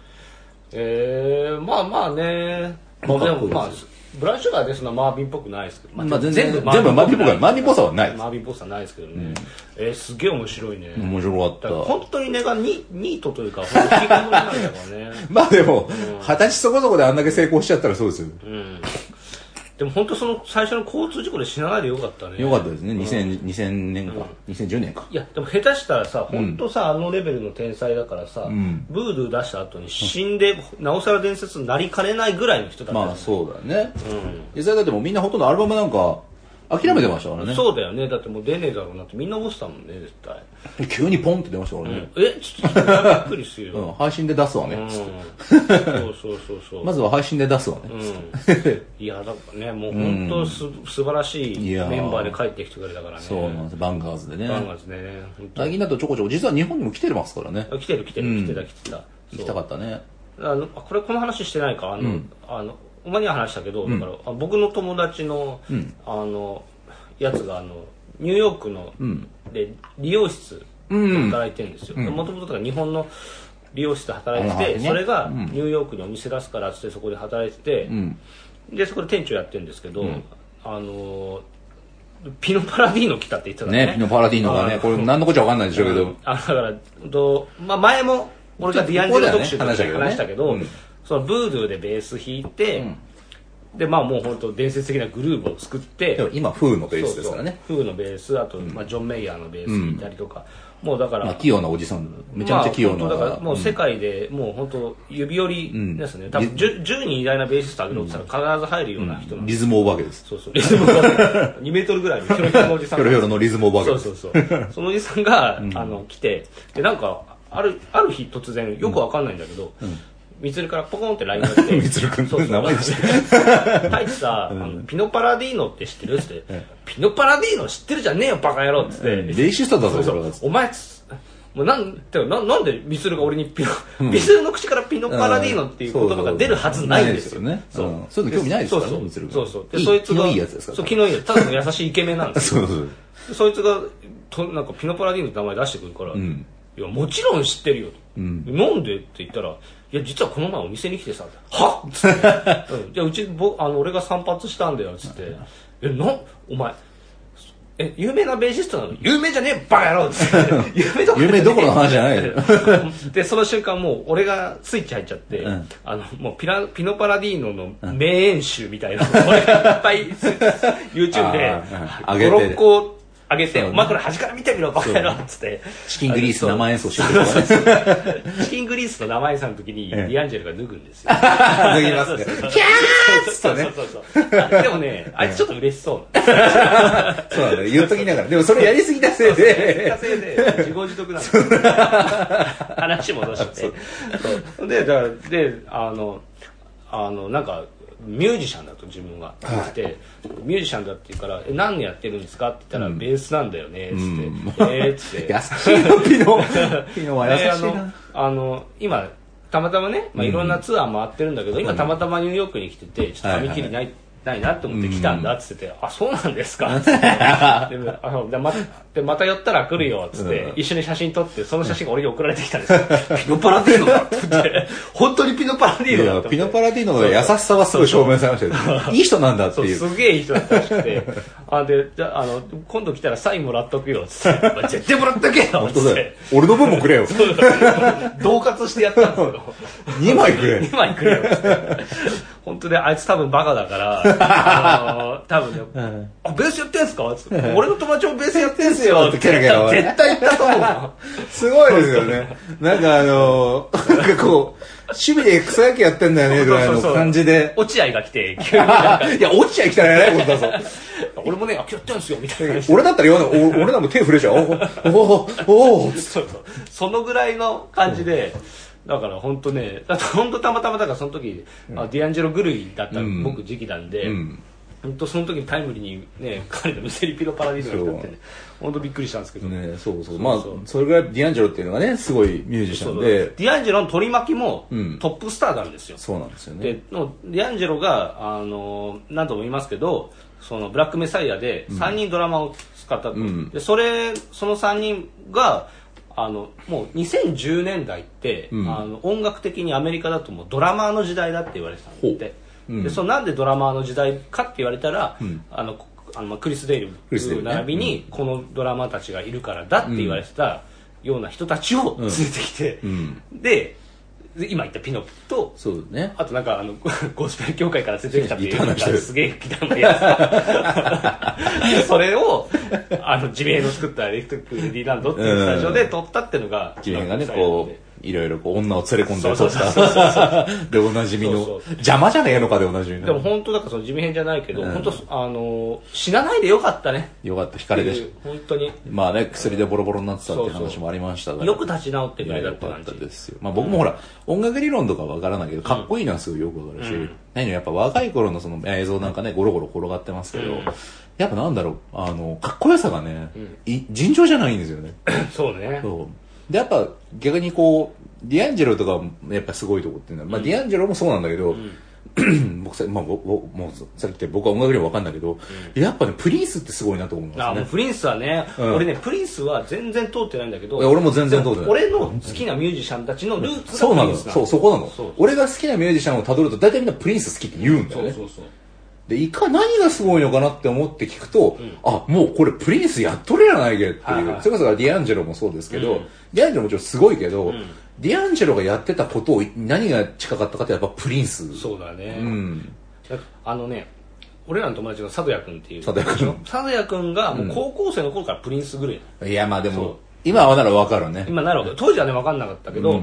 まあね。でもブラウンシュガーでそんなマービンっぽくないですけど。 全部マービンっぽくない。マービンっぽさはない。 マービンっぽさはないですけどね。すげえ面白いね。 面白かった。 本当に根がニートというか、本当に気が乗りなんだからね。 でも、20歳そこそこであんだけ成功しちゃったらそうですよ。 でも本当最初の交通事故で死なないでよかったね。 よかったですね。2000年か。2010年か。 いや、でも下手したらさ、本当さ、あのレベルの天才だからさ、ブードゥー出した後に死んで、なおさら伝説になりかねないぐらいの人だった。 そうだね。実際だってもうみんなほとんどアルバムなんか、諦めてましたからね。 そうだよね。だってもう出ねえだろうなってみんな思ってたもんね、絶対。 急にポンって出ましたからね。 ちょっとびっくりするよ。 配信で出すわね。 そう。 まずは配信で出すわね。 いや、だからね、もう本当素晴らしいメンバーで帰ってきてくれたからね。 そうなんです。バンガーズでね。 バンガーズでね。 最近だとちょこちょこ、実は日本にも来てますからね。 来てた。行きたかったね。 この話してないかお前には話したけど、だから僕の友達のやつがニューヨークので理容室で働いてるんですよ。もともと日本の理容室で働いてて、それがニューヨークにお店出すからってそこで働いてて、でそこで店長やってるんですけど、ピノパラディーノ来たって言ってたね。ピノパラディーノがね、これ何のこっちゃ分かんないでしょうけど。 だから前も俺がディアンジェロ特集で話したけど、そのブードゥーでベース弾いて、でもう本当伝説的なグルーヴを作って、 今フーのベースですからね。 フーのベース、あとジョン・メイヤーのベース弾いたりとか、もうだから器用なおじさん、めちゃめちゃ器用な。 だからもう世界でもう本当指折りですね。多分10人偉大なベーシストあげろって言ったら必ず入るような人なんで。 リズムオブわけです。 そうリズムオブわけ。2メートルぐらいのヒョロヒョロのおじさん。 ヒョロヒョロのリズムオブわけです。 そう。そのおじさんが来て、でなんかある日突然よくわかんないんだけど。みつるからポコンって LINE が来てみつるくんの名前でした太一さ、ピノパラディーノって知ってるって、ピノパラディーノ知ってるじゃねえよバカ野郎っつって、 レイシストだぞお前もうなんでみつるが俺にみつるの口からピノパラディーノっていう言葉が出るはずないんですよね。そういうの興味ないですからね、みつるが。そうでそいつが気のいいやつですから。気のいいやつ、ただの優しいイケメンなんですよ。そいつがなんかピノパラディーノって名前出してくるから、いやもちろん知ってるよと。なんでって言ったら、いや実はこの前お店に来てさ、はっつって、じゃあ俺が散髪したんだよっつって、お前有名なベーシストなの？有名じゃねえバカ野郎っつって、 有名どころの話じゃないよ。 でその瞬間もう俺がスイッチ入っちゃって、もうピノパラディーノの名演集みたいな俺がいっぱい YouTube で5、6個あげて、お前これ端から見てみろバカ野郎っつって、 チキングリースの生演奏してるとかね。チキングリースの生演奏の時にディアンジェルが脱ぐんですよ。 脱ぎますね。キャーッつってね。 そうでもね、あいつちょっと嬉しそう。 そうだね、言っときながら。でもそれやりすぎたせいで。 自業自得なんですよ。話戻して。で、なんか、 ミュージシャンだと自分が言ってて、はい、ミュージシャンだって言うから何やってるんですかって言ったら、ベースなんだよねっつって、つって優しいのピノは優しいな。 今たまたまね、いろんなツアー回ってるんだけど、今たまたまニューヨークに来ててちょっと髪切りないなと思って来たんだっつってて、あ、そうなんですかっつってでまた寄ったら来るよっつって、一緒に写真撮って、その写真が俺に送られてきたんですよ。ピノパラディーノだって言って、本当にピノパラディーノだって。 ピノパラディーノの優しさはすごい証明されましたよ。いい人なんだっていう。 すげえいい人だったらしくて、じゃあ今度来たらサインもらっとくよっつって、絶対もらっとけよっつって。 俺の分もくれよ。 同活してやったんですけど。 2枚くれ。 2枚くれよっつって。本当であいつ多分バカだから多分ね、あ、ベースやってんすかつって、俺の友達もベースやってんすよって絶対言ったと思うな。すごいですよね。なんかなんかこう趣味で草野球やってんだよねぐらいの感じで落合が来て急にいや落合来たらやないことだぞ。 俺もね、やってんすよみたいな。 俺だったら言わない。俺らも手触れちゃう。おそのぐらいの感じで。だから本当ね、本当たまたまだからその時、ディアンジェロ狂いだった僕時期なんで、本当その時にタイムリーにね、彼のミステリピノパラディーノが来たってね、本当びっくりしたんですけどね。そうまあそれぐらいディアンジェロっていうのがね、すごいミュージシャンで、 ディアンジェロの取り巻きもトップスターなんですよ。 そうなんですよね。 でディアンジェロが何度も言いますけど、そのブラックメサイアで3人ドラマを使ったと。でその3人がもう2010年代って、音楽的にアメリカだともうドラマーの時代だって言われてたんで、でなんでドラマーの時代かって言われたら、クリス・デイル並びにこのドラマーたちがいるからだって言われてたような人たちを連れてきて、で今言ったピノと、 そうね、 あとなんかゴスペル協会から連れてきたっていうすげえギターのやつそれをジミヘの作ったエレクトリック・レディーランドっていうスタジオで撮ったっていうのが、 ジミヘがねこういろいろ女を連れ込んで撮ったでおなじみの邪魔じゃねえのかでおなじみの。 でも本当だからその地味編じゃないけど、本当死なないでよかったね。 よかった、光でしょ。本当にまあね、薬でボロボロになってたっていう話もありましたが、 よく立ち直ってくれたって感じですよ。まあ僕もほら音楽理論とかわからないけどかっこいいのはすごいよくわかるし、何よやっぱ若い頃のその映像なんかねゴロゴロ転がってますけど、やっぱなんだろうかっこよさがね尋常じゃないんですよね。 そうね。 でやっぱ逆にこうディアンジェロとかやっぱすごいとこっていうのは、まあディアンジェロもそうなんだけど、僕さ、まあ、もうさっき言って僕は音楽理論わかんないけど、やっぱねプリンスってすごいなと思いますね。 もうプリンスはね、俺ねプリンスは全然通ってないんだけど、 俺も全然通ってない。 俺の好きなミュージシャンたちのルーツがプリンスなの。そこなの。俺が好きなミュージシャンをたどると大体みんなプリンス好きって言うんだよね。で何がすごいのかなって思って聞くと、あ、もうこれプリンスやっとるやないけっていう、それこそディアンジェロもそうですけど、ディアンジェロもちろんすごいけど、ディアンジェロがやってたことを何が近かったかってやっぱプリンス。 そうだね。俺らの友達の佐渡谷君っていう佐渡谷君がもう高校生の頃からプリンスぐらい。 いやまあでも今はなら分かるね。 今なら分かる。当時はね分かんなかったけど、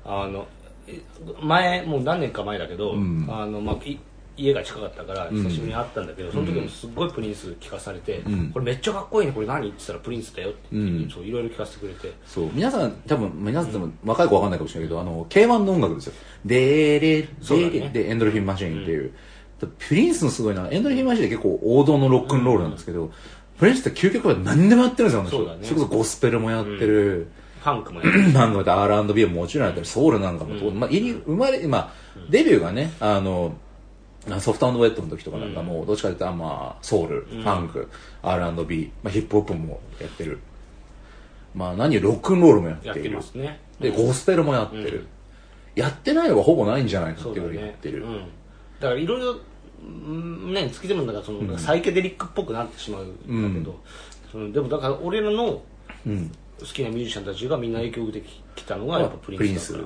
前もう何年か前だけど、家が近かったから久しぶりに会ったんだけど、その時もすっごいプリンス聞かされて、これめっちゃかっこいいね、これ何って言ったらプリンスだよっていろいろ聞かせてくれて、 そう皆さん多分皆さんでも若い子わかんないかもしれないけどK1 の音楽ですよ。でエンドルフィンマシーンっていう、プリンスのすごいな、エンドルフィンマシーンって結構王道のロックンロールなんですけど、プリンスって究極は何でもやってるんですよ。それこそゴスペルもやってる、 ファンクもやってる、 ファンクもやって R&B ももちろんやってる、ソウルなんかもデビューがねソフト&ウェットの時とかなんかもうどっちかというとソウル、ファンク、R&B、ヒップホップもやってる、何よロックンロールもやっている、でゴスペルもやってる、やってないのがほぼないんじゃないかっていうぐらいやってる。 だからいろいろね突き詰めるのがそのサイケデリックっぽくなってしまうんだけど、でもだから俺らの好きなミュージシャンたちがみんな影響を受けてきたのがやっぱプリンスだから。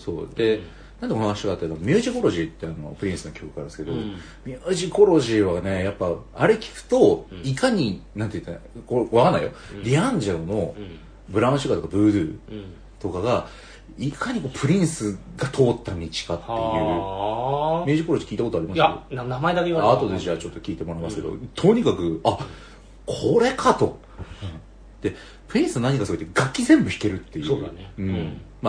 そうでなんでこの話があったのミュージコロジーってプリンスの曲があるんですけど、ミュージコロジーはねやっぱあれ聞くと、いかになんて言ったらこれわかんないよ、ディアンジェロのブラウンシュガーとかブードゥーとかがいかにプリンスが通った道かっていうミュージコロジー聞いたことあります？ いや名前だけ言われた。 後でじゃあちょっと聞いてもらいますけど、とにかくこれかと。でプリンスの何がすごいって楽器全部弾けるっていう。 そうだね。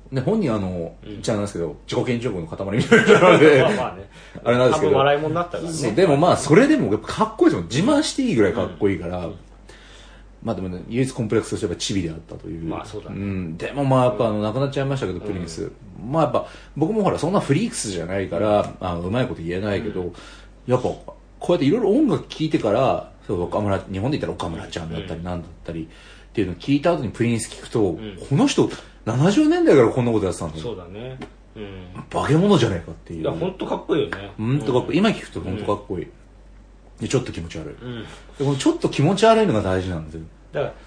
ね、本人じゃなんですけど、自己顕示欲の塊みたいなので、 まあね、 あれなんですけど。 多分笑い物だったからね。 でもまあ、それでもかっこいいですもん。自慢していいぐらいかっこいいから、まあでもね、唯一コンプレックスとしてはチビであったという。 まあそうだね。 でもまあやっぱ亡くなっちゃいましたけど、プリンス。まあやっぱ、僕もほら、そんなフリークスじゃないから、うまいこと言えないけど、やっぱ、こうやっていろいろ音楽聴いてから、日本で言ったら岡村ちゃんだったり、なんだったり、っていうのを聞いた後にプリンス聞くと、この人、70年代からこんなことやってたんだよ。 そうだね。 化け物じゃねえかっていう。 いや、本当かっこいいよね。 本当かっこいい。今聞くと本当かっこいい。で、ちょっと気持ち悪い。でこのちょっと気持ち悪いのが大事なんですよ。 だから、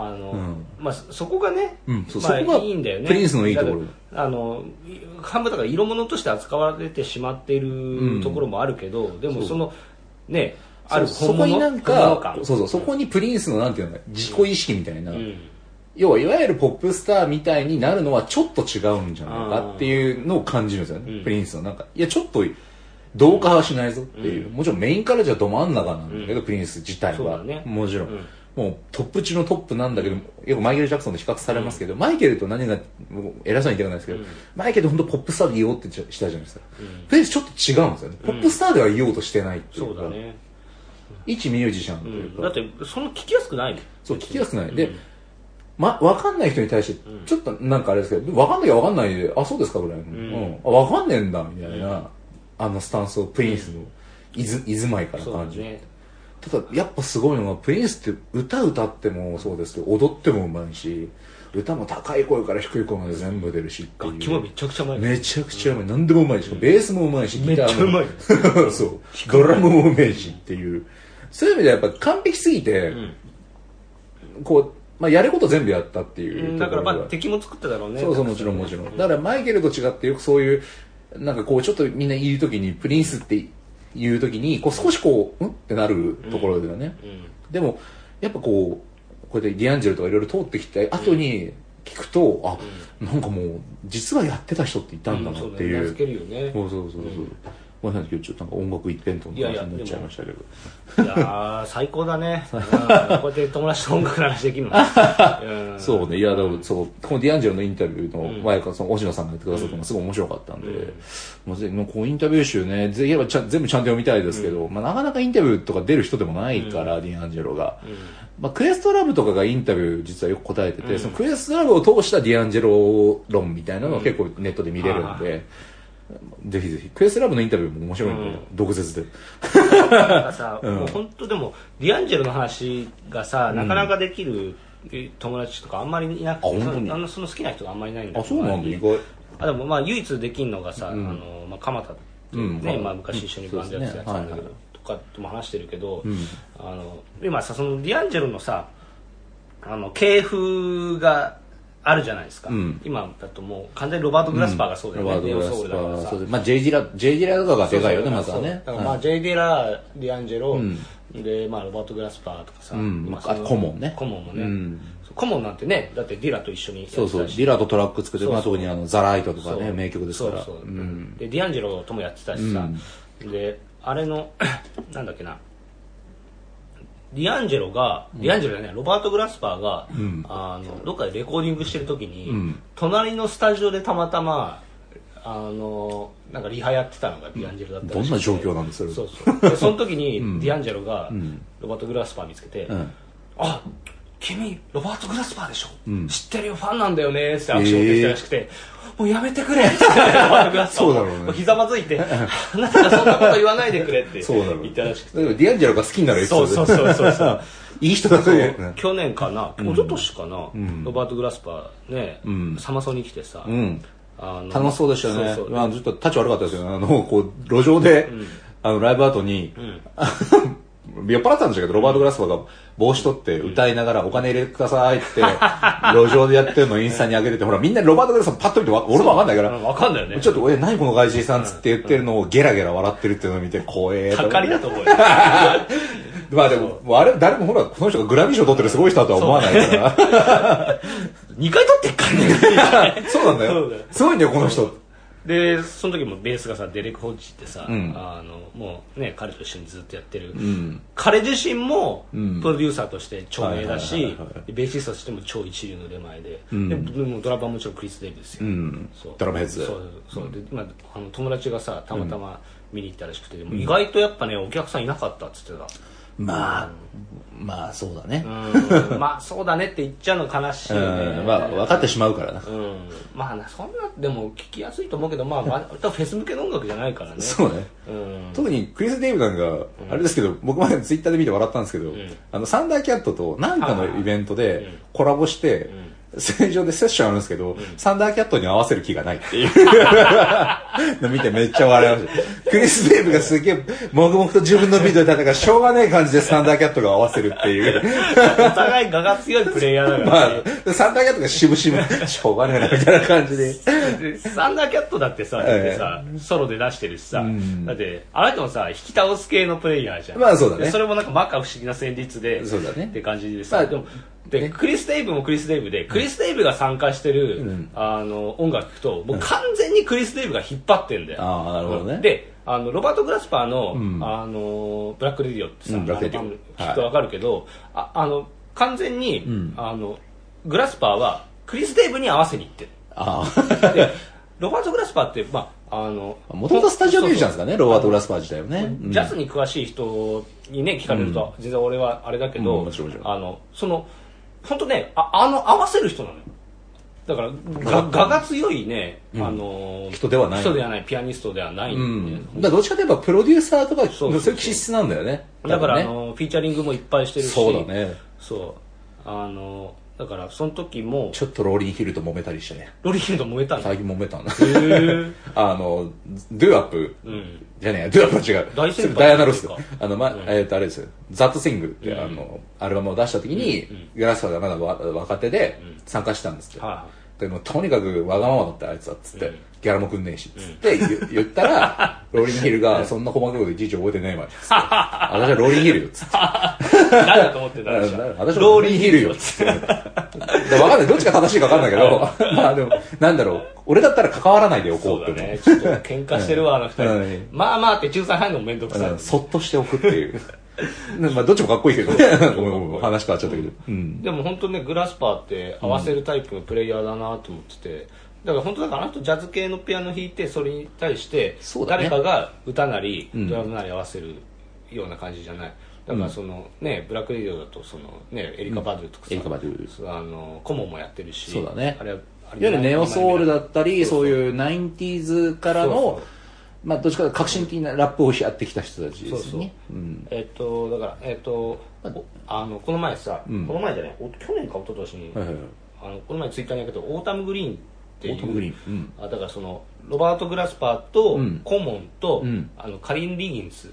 まあ、そこがね、まあ、いいんだよね。 プリンスのいいところ。 半分だから色物として扱われてしまっているところもあるけど、でもその、ね、あるそこになんか、そこにプリンスのなんていうのか、自己意識みたいな。要はいわゆるポップスターみたいになるのはちょっと違うんじゃないかっていうのを感じるんですよね、プリンスのなんかいやちょっと同化はしないぞっていう、もちろんメインカラーじゃど真ん中なんだけど、プリンス自体は、もちろん、もうトップ中のトップなんだけど、よくマイケル・ジャクソンと比較されますけど、マイケルと何が偉そうに言いたくないですけど、マイケル本当ポップスターで言おうってしたじゃないですか。プリンスちょっと違うんですよね、ポップスターでは言おうとしてないっていうか、一ミュージシャンというか、 だってその聞きやすくないもん。 そう聞きやすくないで、分かんない人に対して、ちょっとなんかあれですけど、分かんなきゃ分かんないで、あ、そうですかぐらいの、分かんねえんだ、みたいな、スタンスをプリンスの居住まいから感じる。ただ、やっぱすごいのが、プリンスって歌ってもそうですけど、踊ってもうまいし、歌も高い声から低い声まで全部出るしっていう。 楽器もめちゃくちゃうまい。 めちゃくちゃうまい。何でもうまいし、ベースもうまいし、 ギターも。めっちゃうまい。 そう。ドラムもうまいしっていう。そういう意味ではやっぱ完璧すぎて、こう、まあ、やること全部やったっていう。 だからまあ敵も作っただろうね。 そうもちろんもちろん。だからマイケルと違ってよくそういう、なんかこうちょっとみんな言うときに、プリンスって言うときに、こう少しこう、ってなるところだよね。でも、やっぱこうやってディアンジェロとかいろいろ通ってきた後に聞くと、なんかもう、実はやってた人っていたんだなっていう。 名付けるよね。 そう。ごめんなさい、今日ちょっとなんか音楽一辺倒の話になっちゃいましたけど。 いやー、最高だね。こうやって友達と音楽の話できるの。 そうね、いや、だからそう、このディアンジェロのインタビューの前から、その、押野さんがやってくださったのがすごい面白かったんで、こうインタビュー集ね、全部ちゃんと読みたいですけど、まあなかなかインタビューとか出る人でもないから、ディアンジェロが。まあクエストラブとかがインタビュー実はよく答えてて、そのクエストラブを通したディアンジェロ論みたいなのを結構ネットで見れるんで、ぜひぜひクエストラブのインタビューも面白いんで、毒舌でなんかさ、もう本当でもディアンジェロの話がさ、なかなかできる友達とかあんまりいなくて、その好きな人があんまりいないんだけど、 そうなんだ、意外。 でもまあ唯一できるのがさ、鎌田ってね、まあ昔一緒にバンドやってたんだけど、とかとも話してるけど、今さそのディアンジェロのさ、系譜があるじゃないですか、今だともう完全にロバート・グラスパーがそうだよね、ネオソウルだからさ、 まあ J ディラとかがでかいよね、まずはね。 だからまあ J ディラ、ディアンジェロで、まあロバート・グラスパーとかさ、 コモンね、 コモンもね、コモンなんてね、だってディラと一緒にやってたし、 そうディラとトラック作って、まあ特にザライトとかね、名曲ですから。 でディアンジェロともやってたしさ、であれのなんだっけな、ディアンジェロじゃない、ロバート・グラスパーが、どっかでレコーディングしてる時に、隣のスタジオでたまたまなんかリハやってたのがディアンジェロだったらしくて、 どんな状況なんですか？ そうでその時にディアンジェロがロバート・グラスパー見つけて、あ、君ロバート・グラスパーでしょ、知ってるよ、ファンなんだよねって握手をしてたらしくて、もうやめてくれってロバート・グラスパーそうだろうね、 ひざまずいて、あなたがそんなこと言わないでくれって言ったらしくて、 ディアンジェロが好きになるエピソード。 そういい人だと思う。 去年かな、一昨年かな、ロバート・グラスパーね、サマソニに来てさ、 楽しそうでしたよね。ずっと立ち悪かったですけど、こう路上でライブ後に酔っ払ってたんですけど、ロバート・グラスパーが帽子取って歌いながらお金入れてくださいって路上でやってるのをインスタに上げてて、ほらみんなロバート・グラスパーパッと見て俺もわかんないから、 わかんないよね、 ちょっと何この外人さんつって言ってるのをゲラゲラ笑ってるっていうのを見て、怖えたかりだと思うよまあでもあれ誰もほらこの人がグラミー賞取ってるすごい人だとは思わないから 2回取ってっからねそうなんだよ、すごいんだよこの人。 でその時もベースがさデレク・ホッジってさ、 うん、 もうね彼と一緒にずっとやってる、 うん、 彼自身もプうんロデューサーとして著名だし、ベーシストとしても超一流の腕前で、うん、でもドラマはもちろんクリス・デイビーですよ、うん、そうドラマヘッズそうで、まあ、友達がさたまたま見に行ったらしくて、でも意外とやっぱねお客さんいなかったっつってた。 まあ、まあそうだね。 まあそうだねって言っちゃうの悲しいよね。 まあ分かってしまうからな。 まあそんなでも聞きやすいと思うけど、まあフェス向けの音楽じゃないからね。 そうね。特にクリス・デイブなんかあれですけど、僕前ツイッターで見て笑ったんですけど、サンダーキャットとなんかのイベントでコラボして。正常でセッションあるんですけど、サンダーキャットに合わせる気がないっていうの見てめっちゃ笑いました。クリス・デイブがすげえ黙々と自分のビデオでからしょうがない感じでサンダーキャットが合わせるっていうお互い我が強いプレイヤーだから、ね、 まあ、サンダーキャットが渋々しょうがないなみたいな感じでサンダーキャットだってさ、ソロで出してるしさ、だってあの人もさ引き倒す系のプレイヤーじゃん。 まあそうだね。 それもなんか摩訶不思議な旋律でそうだねって感じでさ、でもでクリス・デイブもクリス・デイブで、クリス・デイブが参加してる、音楽聴くともう完全にクリス・デイブが引っ張ってんだよ。 ああなるほどね。 でロバート・グラスパーの、ブラック・レディオってさ、聞くとわかるけど、完全に、グラスパーはクリス・デイブに合わせにいってる。でロバート・グラスパーってもともとスタジオミュージシャンですかね、ロバート・グラスパー自体はね。 ジャズに詳しい人にね聞かれると、全然俺はあれだけど、本当ね合わせる人なのよ。だから我が強いね、 人ではないピアニストではないんで、 だからどっちかといえばプロデューサーとかそういう気質なんだよね。 だからフィーチャリングもいっぱいしてるし、 そうだね。 そうだからその時もちょっとローリンヒルと揉めたりしてね。 ローリンヒルと揉めたんだ。 最近揉めたんだ。ドゥーアップじゃねえ、ドゥーアップは違う。ダイアナロス。あれですよ。ザットシングってアルバムを出した時にグラスパーがまだ若手で参加したんですって。でもとにかくわがままだったあいつはっつって、ギャラもくんねえしっつって言ったらローリンヒルがそんな細かいこといちいち覚えてねえまいっつって私はローリンヒルよっつって誰だと思ってたんでしょ。 私はローリンヒルよっつってわかんない、どっちが正しいかわかんないけどまあでもなんだろう、俺だったら関わらないでおこうって思う。 ね、ちょっと喧嘩してるわ二人まあまあって仲裁入るのもめんどくさい。 そっとしておくっていうまあどっちもかっこいいけど話変わっちゃったけど、 でも本当ねグラスパーって合わせるタイプのプレイヤーだなと思ってて、だから本当だからあの人ジャズ系のピアノ弾いてそれに対して誰かが歌なりドラムなり合わせるような感じじゃない。だからそのねブラックレディオだとそのねエリカ・バドゥとかさ、コモンもやってるし、 そうだね。 あれいわゆるネオソウルだったりそういうナインティーズからのまあどっちかというと革新的なラップをやってきた人たちですね。 だからこの前さ、この前じゃない去年か一昨年にこの前ツイッターにあげたオータムグリーンっていうだからそのロバート・グラスパーとコモンとカリーブ・レギンス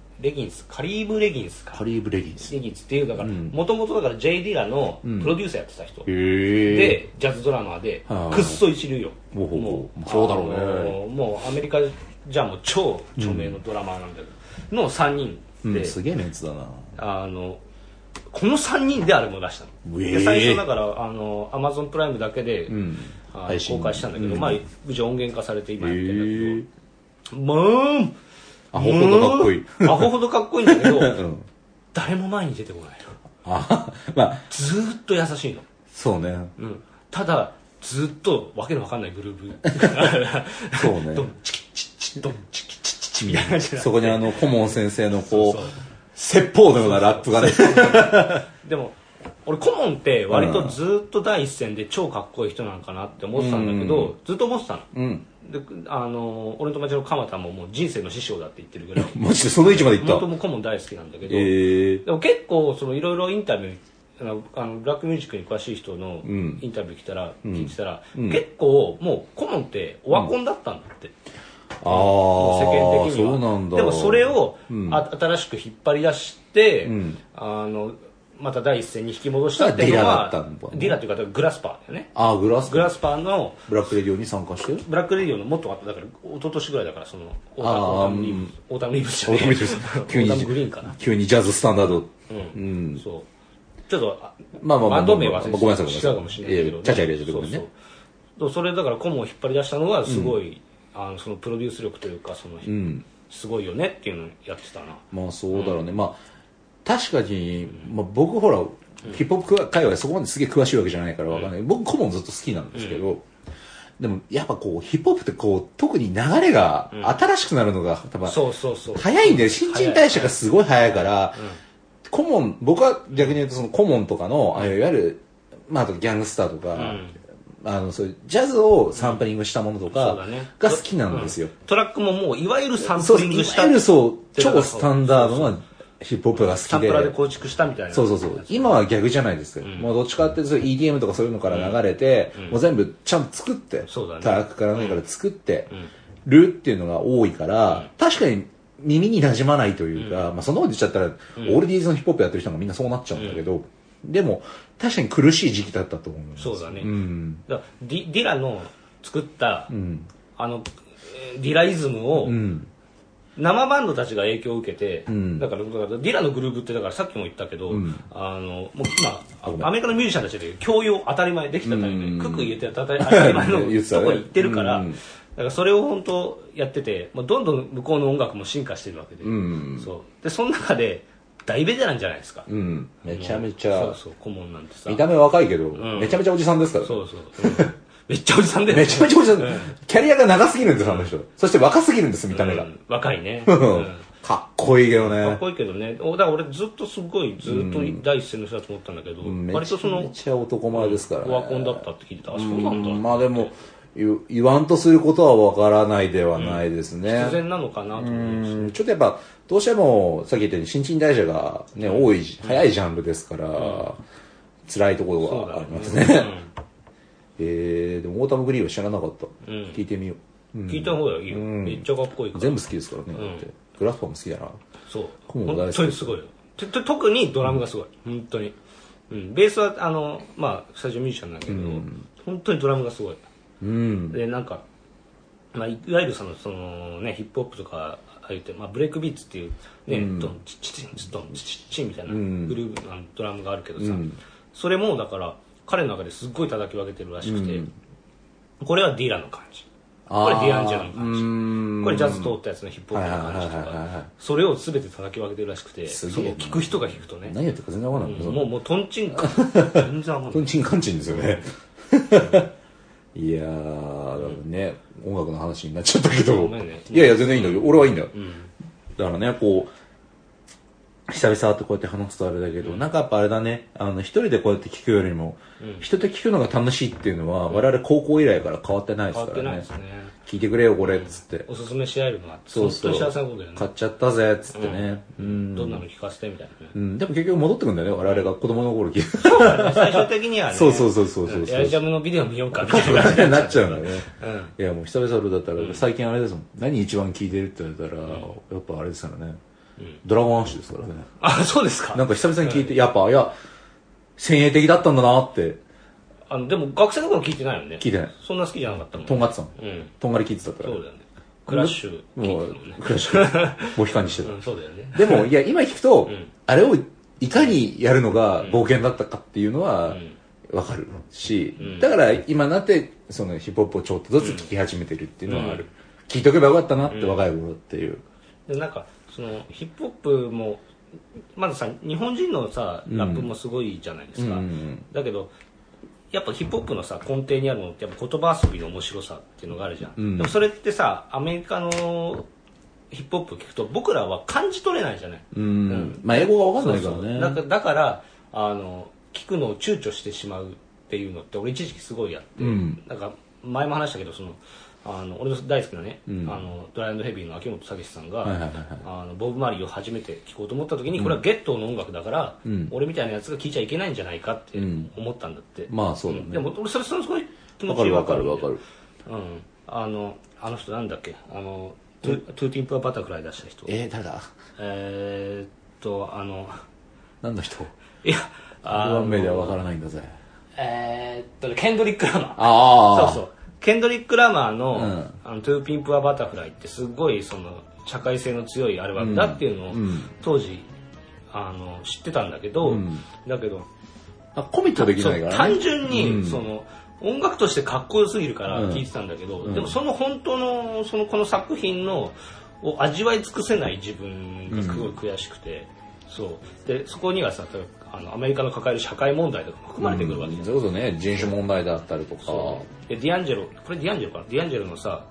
っていうだからもともとだから J ディラのプロデューサーやってた人でジャズドラマーでくっそ一流よ。 もうそうだろうね。 もうアメリカじゃもう超著名のドラマーなんだけどの3人で、 すげえメンツだな。 この3人であれも出したの。で最初だからAmazon プライムだけで公開したんだけど、まあ無事音源化されて今やってるんだけど、 アホほどかっこいい。 アホほどかっこいいんだけど、誰も前に出てこないの。ずーっと優しいの。 そうね。 ただずっとわけのわかんないグルーブ。 そうね。 ドンチキチチドンチキチチチみたいな。 そこに顧問先生のこう説法のようなラップがね。 でも俺顧問って割とずっと第一線で超かっこいい人なんかなって思ってたんだけど、ずっと思ってたの。で俺の友達の鎌田ももう人生の師匠だって言ってるぐらい。 マジでその位置まで行った。 本当も顧問大好きなんだけど、でも結構そのいろいろインタビューブラックミュージックに詳しい人のインタビュー聞いてたら、結構もう顧問ってオワコンだったんだって。世間的には。 そうなんだ。 でもそれを新しく引っ張り出して、また第一線に引き戻したっていうのはディラっていうかグラスパーだよね。 グラスパーのブラックレディオに参加してる。 ブラックレディオのもっと後だから一昨年ぐらいだからそのオータムリーブスじゃねえ。オータムグリーンかな。 急にジャズスタンダード。 そう。ちょっとバンド名忘れてごめんなさい。 違うかもしれないけど。 ちゃちゃ入れててごめんね。 それだからコモを引っ張り出したのはすごいそのプロデュース力というかすごいよねっていうのをやってたな。 まあそうだろうね、まあ確かに、まあ、僕ほらヒップホップ界隈そこまですげえ詳しいわけじゃないからわかんない、僕コモンずっと好きなんですけど、でもやっぱこうヒップホップってこう特に流れが新しくなるのが多分早いんだよ。新陳代謝がすごい早いから、コモン、僕は逆に言うとそのコモンとかのいわゆるまああとギャングスターとか、そういうジャズをサンプリングしたものとかが好きなんですよ。 トラックももういわゆるサンプリングした、 いわゆるそう超スタンダードなヒップホップが好きで、 サンプラーで構築したみたいな。 そう今は逆じゃないですか、もうどっちかっていうと EDM とかそういうのから流れて、もう全部ちゃんと作って、トラックから何から作ってるっていうのが多いから、確かに耳に馴染まないというか、まあそんなこと言っちゃったら、オールディーズのヒップホップやってる人がみんなそうなっちゃうんだけど、でも確かに苦しい時期だったと思うんです。 そうだね、だからディラの作った、ディライズムを、生バンドたちが影響を受けて、だからディラのグルーブってだからさっきも言ったけど、もう今アメリカのミュージシャンたちで教養当たり前できたタイムでクック入れて当たり前のとこに行ってるから、だからそれを本当やってて、どんどん向こうの音楽も進化してるわけで、その中で大ベテランじゃないですか。 めちゃめちゃコモンなんてさ、 見た目若いけど、めちゃめちゃおじさんですから。 めっちゃおじさんで、 めちゃめちゃおじさん、キャリアが長すぎるんです、あの人。そして若すぎるんです、見た目が。 若いね。 かっこいいけどね。 かっこいいけどね。だから俺ずっと第一線の人だと思ったんだけど、割とめちゃ男前ですからね。 オワコンだったって聞いてた。そうなんだ。 まあでも言わんとすることはわからないではないですね。 必然なのかなと思います。 ちょっとやっぱどうしてもさっき言ったように新陳代謝がね多い早いジャンルですから、辛いところがありますね。でもオータムグリーンは知らなかった。聞いてみよう。 聞いた方がいいよ。めっちゃかっこいいから。 全部好きですからね。だってグラファーも好きだな。 そう。本当にすごいよ。特にドラムがすごい。本当に。ベースはまあスタジオミュージシャンなんだけど、本当にドラムがすごい。でなんか、まあ、いわゆるそのねヒップホップとかああいうて、ブレイクビーツっていうね、ドンチッチンドンチッチンみたいなグルーヴドラムがあるけどさ、それもだから彼の中ですっごい叩き分けてるらしくて、これはディラの感じ、これディアンジェロの感じ、これジャズ通ったやつのヒップホップの感じとか、それを全て叩き分けてるらしくて、その聞く人が聞くとね、 何やってるか全然わからない。 もうトンチンカン全然わかんない。 トンチンカンチンですよね。いやー、ね、音楽の話になっちゃったけど、いや全然いいんだけど、俺はいいんだよ。だからね、こう久々ってこうやって話すとあれだけど、なんかやっぱあれだね、一人でこうやって聞くよりも、人と聞くのが楽しいっていうのは、我々高校以来から変わってないですからね。聞いてくれよこれっつって、 おすすめし合えるのはそう幸せなことだよね。 買っちゃったぜっつってね、 どんなの聞かせてみたいなね。 でも結局戻ってくんだよね、我々が子供の頃聞いて。 そうだね、最終的にはね。 そうエアジャムのビデオ見ようかみたいな感じになっちゃうんだよね。いやもう久々だったら、最近あれですもん、何一番聞いてるって言われたら、やっぱあれですからね、ドラゴンアッシュですからね。 あ、そうですか。 なんか久々に聞いて、やっぱ先鋭的だったんだなって。 でも学生の頃聞いてないよね。 聞いてない。 そんな好きじゃなかったもん。 とんがってたの。とんがり聞いてたから。 そうだよね。クラッシュもうクラッシュモヒカンにしてた。 そうだよね。 でもいや今聞くと、あれをいかにやるのが冒険だったかっていうのはわかるし、だから今なってそのヒップホップをちょっとずつ聞き始めてるっていうのはある。聞いとけばよかったなって若い頃っていう。 でなんかそのヒップホップもまずさ、日本人のさラップもすごいじゃないですか。だけどやっぱヒップホップのさ根底にあるのってやっぱ言葉遊びの面白さっていうのがあるじゃん。でもそれってさアメリカのヒップホップ聞くと僕らは感じ取れないじゃない。 まあ英語が分かんないからね。 だから聞くのを躊躇してしまうっていうのって俺一時期すごいやって、なんか前も話したけど俺の大好きなね、ドライ&ヘビーの秋元武さんがボブ・マリーを初めて聴こうと思った時に、これはゲットーの音楽だから、俺みたいなやつが聴いちゃいけないんじゃないかって思ったんだって。 まあそうだね。 でも俺それすごい気持ちわかる。 わかる。 あの人なんだっけ、トゥーティンプはバタフライ出した人。 誰だ。何の人。 いやワン名ではわからないんだぜ。 ケンドリック・ラマー。そうケンドリック・ラマーの「トゥーピンプ・ア・バタフライ」ってすごいその社会性の強いアルバムだっていうのを当時知ってたんだけど、だけどコミットできないからね。 単純に音楽としてかっこよすぎるから聴いてたんだけど、でもその本当のこの作品のを味わい尽くせない自分がすごい悔しくて、そうでそこにはさアメリカの抱える社会問題とか含まれてくるわけじゃん。 それこそね人種問題だったりとか。 でディアンジェロのさ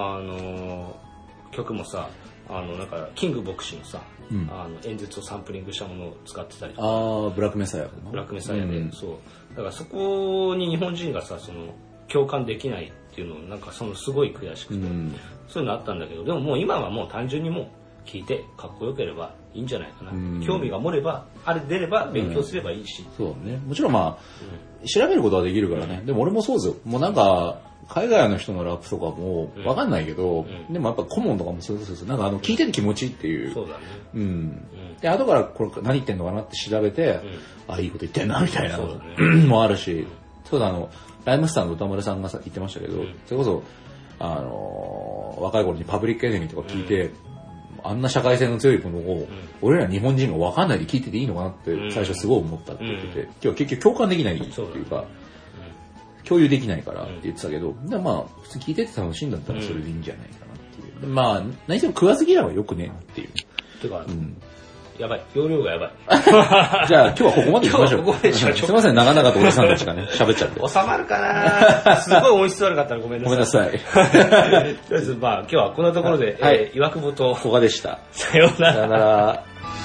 曲もさなんかキング牧師のさ、演説をサンプリングしたものを使ってたりとか。 ブラックメサイア。 ブラックメサイアで、そうだからそこに日本人がさ共感できないっていうのをなんかすごい悔しくて、そういうのあったんだけど、でももう今はもう単純にもう聞いてかっこよければいいんじゃないかな、興味が出れば勉強すればいいし、 そうね、もちろんまあ、調べることはできるからね。でも俺もそうですよ。もうなんか海外の人のラップとかもわかんないけど、でもやっぱ顧問とかもそうです。なんか聞いてて気持ちいいっていう。 そうだね。 で後からこれ何言ってんのかなって調べて、いいこと言ってんなみたいなのもあるし、そうだライムスターの歌丸さんが言ってましたけど、それこそ若い頃にパブリックエネミーとか聞いて、あんな社会性の強いものを、俺ら日本人が分かんないで聞いてていいのかなって最初すごい思ったって言ってて、今日は結局共感できないっていうか、共有できないからって言ってたけど、まあ普通に聞いてて楽しいんだったらそれでいいんじゃないかなっていう。まあ何しても食わず嫌いはよくねえなっていう。 てか、やばい。容量がやばい。 じゃあ今日はここまでにしましょう。すいません、長々とおじさんたちがね、喋っちゃって。 収まるかなすごい音質悪かったらごめんなさい。 ごめんなさい。 とりあえずまあ今日はこんなところで、岩久保と古賀でした。 さようなら。 さようなら。